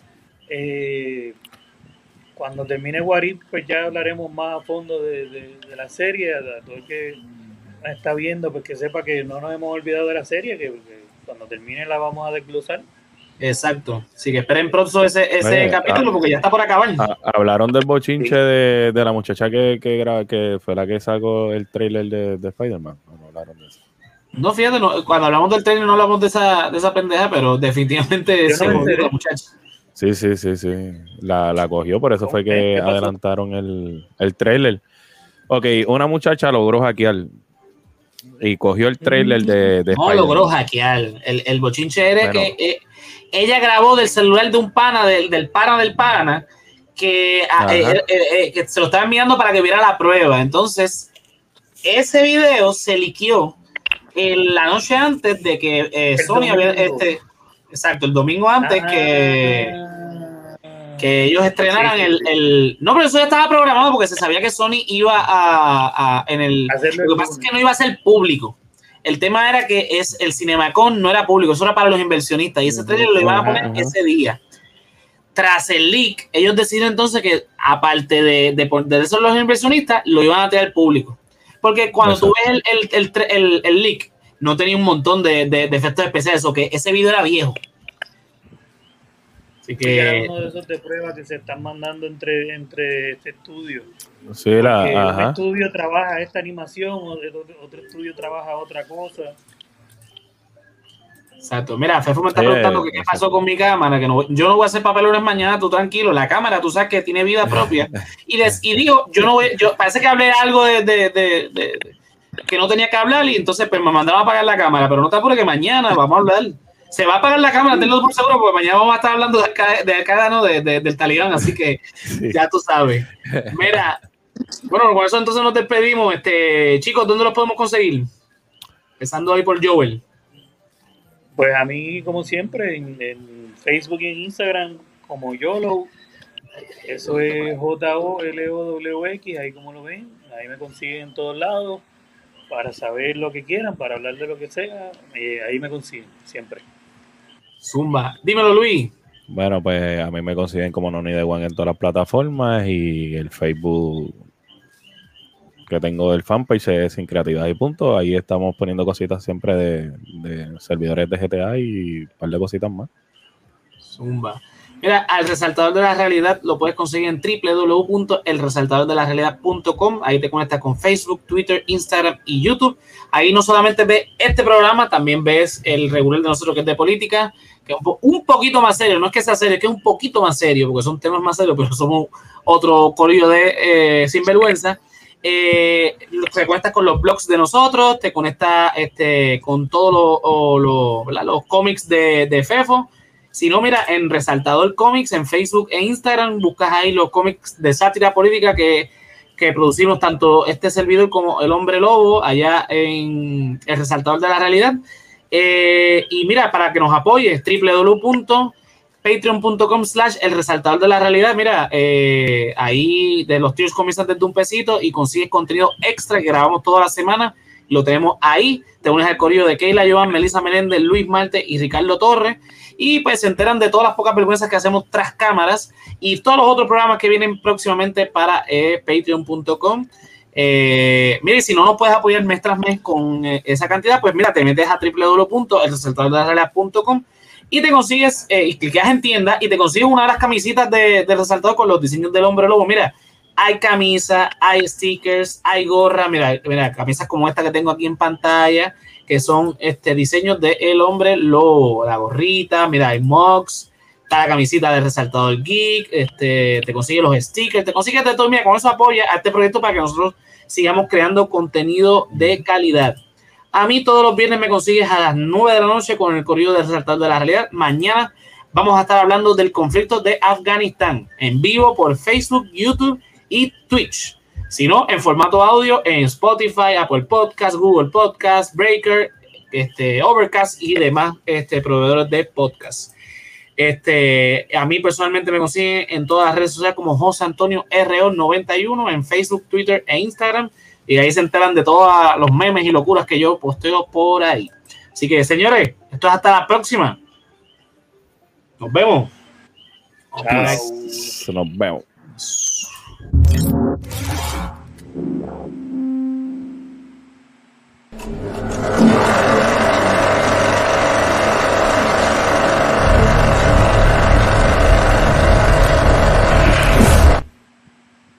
Eh, cuando termine What If, pues ya hablaremos más a fondo de, de, de la serie. A todo el que está viendo, pues que sepa que no nos hemos olvidado de la serie, que, que cuando termine la vamos a desglosar. Exacto, así que esperen pronto ese, ese Oye, capítulo ah, porque ya está por acabar. Ah, hablaron del bochinche sí. de, de la muchacha que, que, que fue la que sacó el trailer de, de Spider-Man. No hablaron de eso. No, fíjate, no, cuando hablamos del trailer no hablamos de esa, de esa pendeja, pero definitivamente se movió la muchacha. Sí, sí, sí, sí. La, la cogió, por eso fue que adelantaron el, el trailer. Ok, una muchacha logró hackear y cogió el trailer de, de No Spider-Man. logró hackear. El, el bochinche era bueno. que eh, ella grabó del celular de un pana, del, del pana del pana, que, eh, eh, eh, que se lo estaba enviando para que viera la prueba. Entonces, ese video se liqueó el, la noche antes de que eh, Sony había... Este, exacto, el domingo antes ah, que, que ellos estrenaran sí, sí, sí. El, el... No, pero eso ya estaba programado porque se sabía que Sony iba a... a en el, lo que pasa es que no iba a ser público. El tema era que es el CinemaCon no era público, eso era para los inversionistas y ese trailer lo iban a poner uh-huh. ese día. Tras el leak, ellos decidieron entonces que aparte de, de, de eso los inversionistas, lo iban a tener al público. Porque cuando Exacto. tú ves el, el, el, el, el leak, no tenía un montón de, de, de efectos especiales, o que ese video era viejo. Así que... Era uno de esos de pruebas que se están mandando entre, entre este estudio. Sí, la, un estudio trabaja esta animación, otro, otro estudio trabaja otra cosa. Exacto. Mira, Fefo me está sí, preguntando que qué pasó con mi cámara, que no, yo no voy a hacer papelones mañana, tú tranquilo. La cámara, tú sabes que tiene vida propia. Y, les, y digo, yo no voy, yo parece que hablé algo de, de, de, de que no tenía que hablar y entonces pues me mandaron a apagar la cámara, pero no te apures que mañana vamos a hablar. Se va a apagar la cámara, tenlo por seguro, porque mañana vamos a estar hablando de cada, de cada no, de, de, del Talibán, así que sí. ya tú sabes. Mira, bueno, con eso entonces nos despedimos. Este, chicos, ¿dónde los podemos conseguir? Empezando ahí por Joel. Pues a mí, como siempre, en, en Facebook y en Instagram, como YOLO, eso es J O L O W X, ahí como lo ven, ahí me consiguen en todos lados, para saber lo que quieran, para hablar de lo que sea, eh, ahí me consiguen, siempre. Zumba, dímelo Luis. Bueno, pues a mí me consiguen como Noni de One en todas las plataformas y el Facebook que tengo del fanpage es Sin Creatividad y Punto. Ahí estamos poniendo cositas siempre de, de servidores de G T A y un par de cositas más. Zumba. Mira, al Resaltador de la Realidad lo puedes conseguir en doble u doble u doble u punto el resaltador de la realidad punto com. Ahí te conectas con Facebook, Twitter, Instagram y YouTube. Ahí no solamente ves este programa, también ves el regular de nosotros que es de política, que es un, po un poquito más serio. No es que sea serio, es que es un poquito más serio, porque son temas más serios, pero somos otro corillo de eh, sinvergüenza. Eh, te conectas con los blogs de nosotros, te conectas este, con todos lo, lo, los cómics de, de Fefo. Si no, mira, en Resaltador Comics, en Facebook e Instagram, buscas ahí los cómics de sátira política que, que producimos tanto este servidor como El Hombre Lobo, allá en El Resaltador de la Realidad. Eh, y mira, para que nos apoyes, doble u doble u doble u punto patreon punto com slash El Resaltador de la Realidad. Mira, eh, ahí de los tiers comienzan desde un pesito y consigues contenido extra que grabamos toda la semana. Lo tenemos ahí. Te unes al corillo de Keila Joan, Melissa Menéndez, Luis Marte y Ricardo Torres. Y pues se enteran de todas las pocas vergüenzas que hacemos tras cámaras y todos los otros programas que vienen próximamente para eh, patreon punto com. Eh, mire, si no nos puedes apoyar mes tras mes con eh, esa cantidad, pues mira, te metes a doble u doble u doble u punto el resaltador de la realidad punto com y te consigues, eh, y clicas en tienda y te consigues una de las camisitas de, de Resaltador con los diseños del Hombre Lobo. Mira, hay camisa, hay stickers, hay gorra, mira, mira, camisas como esta que tengo aquí en pantalla, que son este, diseños de El Hombre Lobo, la gorrita, mira, hay mugs, está la camisita de Resaltador Geek, este, te consigue los stickers, te consigues de todo. Mira, con eso apoya a este proyecto para que nosotros sigamos creando contenido de calidad. A mí todos los viernes me consigues a las nueve de la noche con el corrido de Resaltador de la Realidad. Mañana vamos a estar hablando del conflicto de Afganistán en vivo por Facebook, YouTube y Twitch. Si no, en formato audio en Spotify, Apple Podcast, Google Podcast, Breaker, este, Overcast y demás este, proveedores de podcast. Este, a mí personalmente me consiguen en todas las redes sociales como José Antonio R O noventa y uno en Facebook, Twitter e Instagram. Y ahí se enteran de todos los memes y locuras que yo posteo por ahí. Así que, señores, esto es hasta la próxima. Nos vemos. Chao. Nos vemos.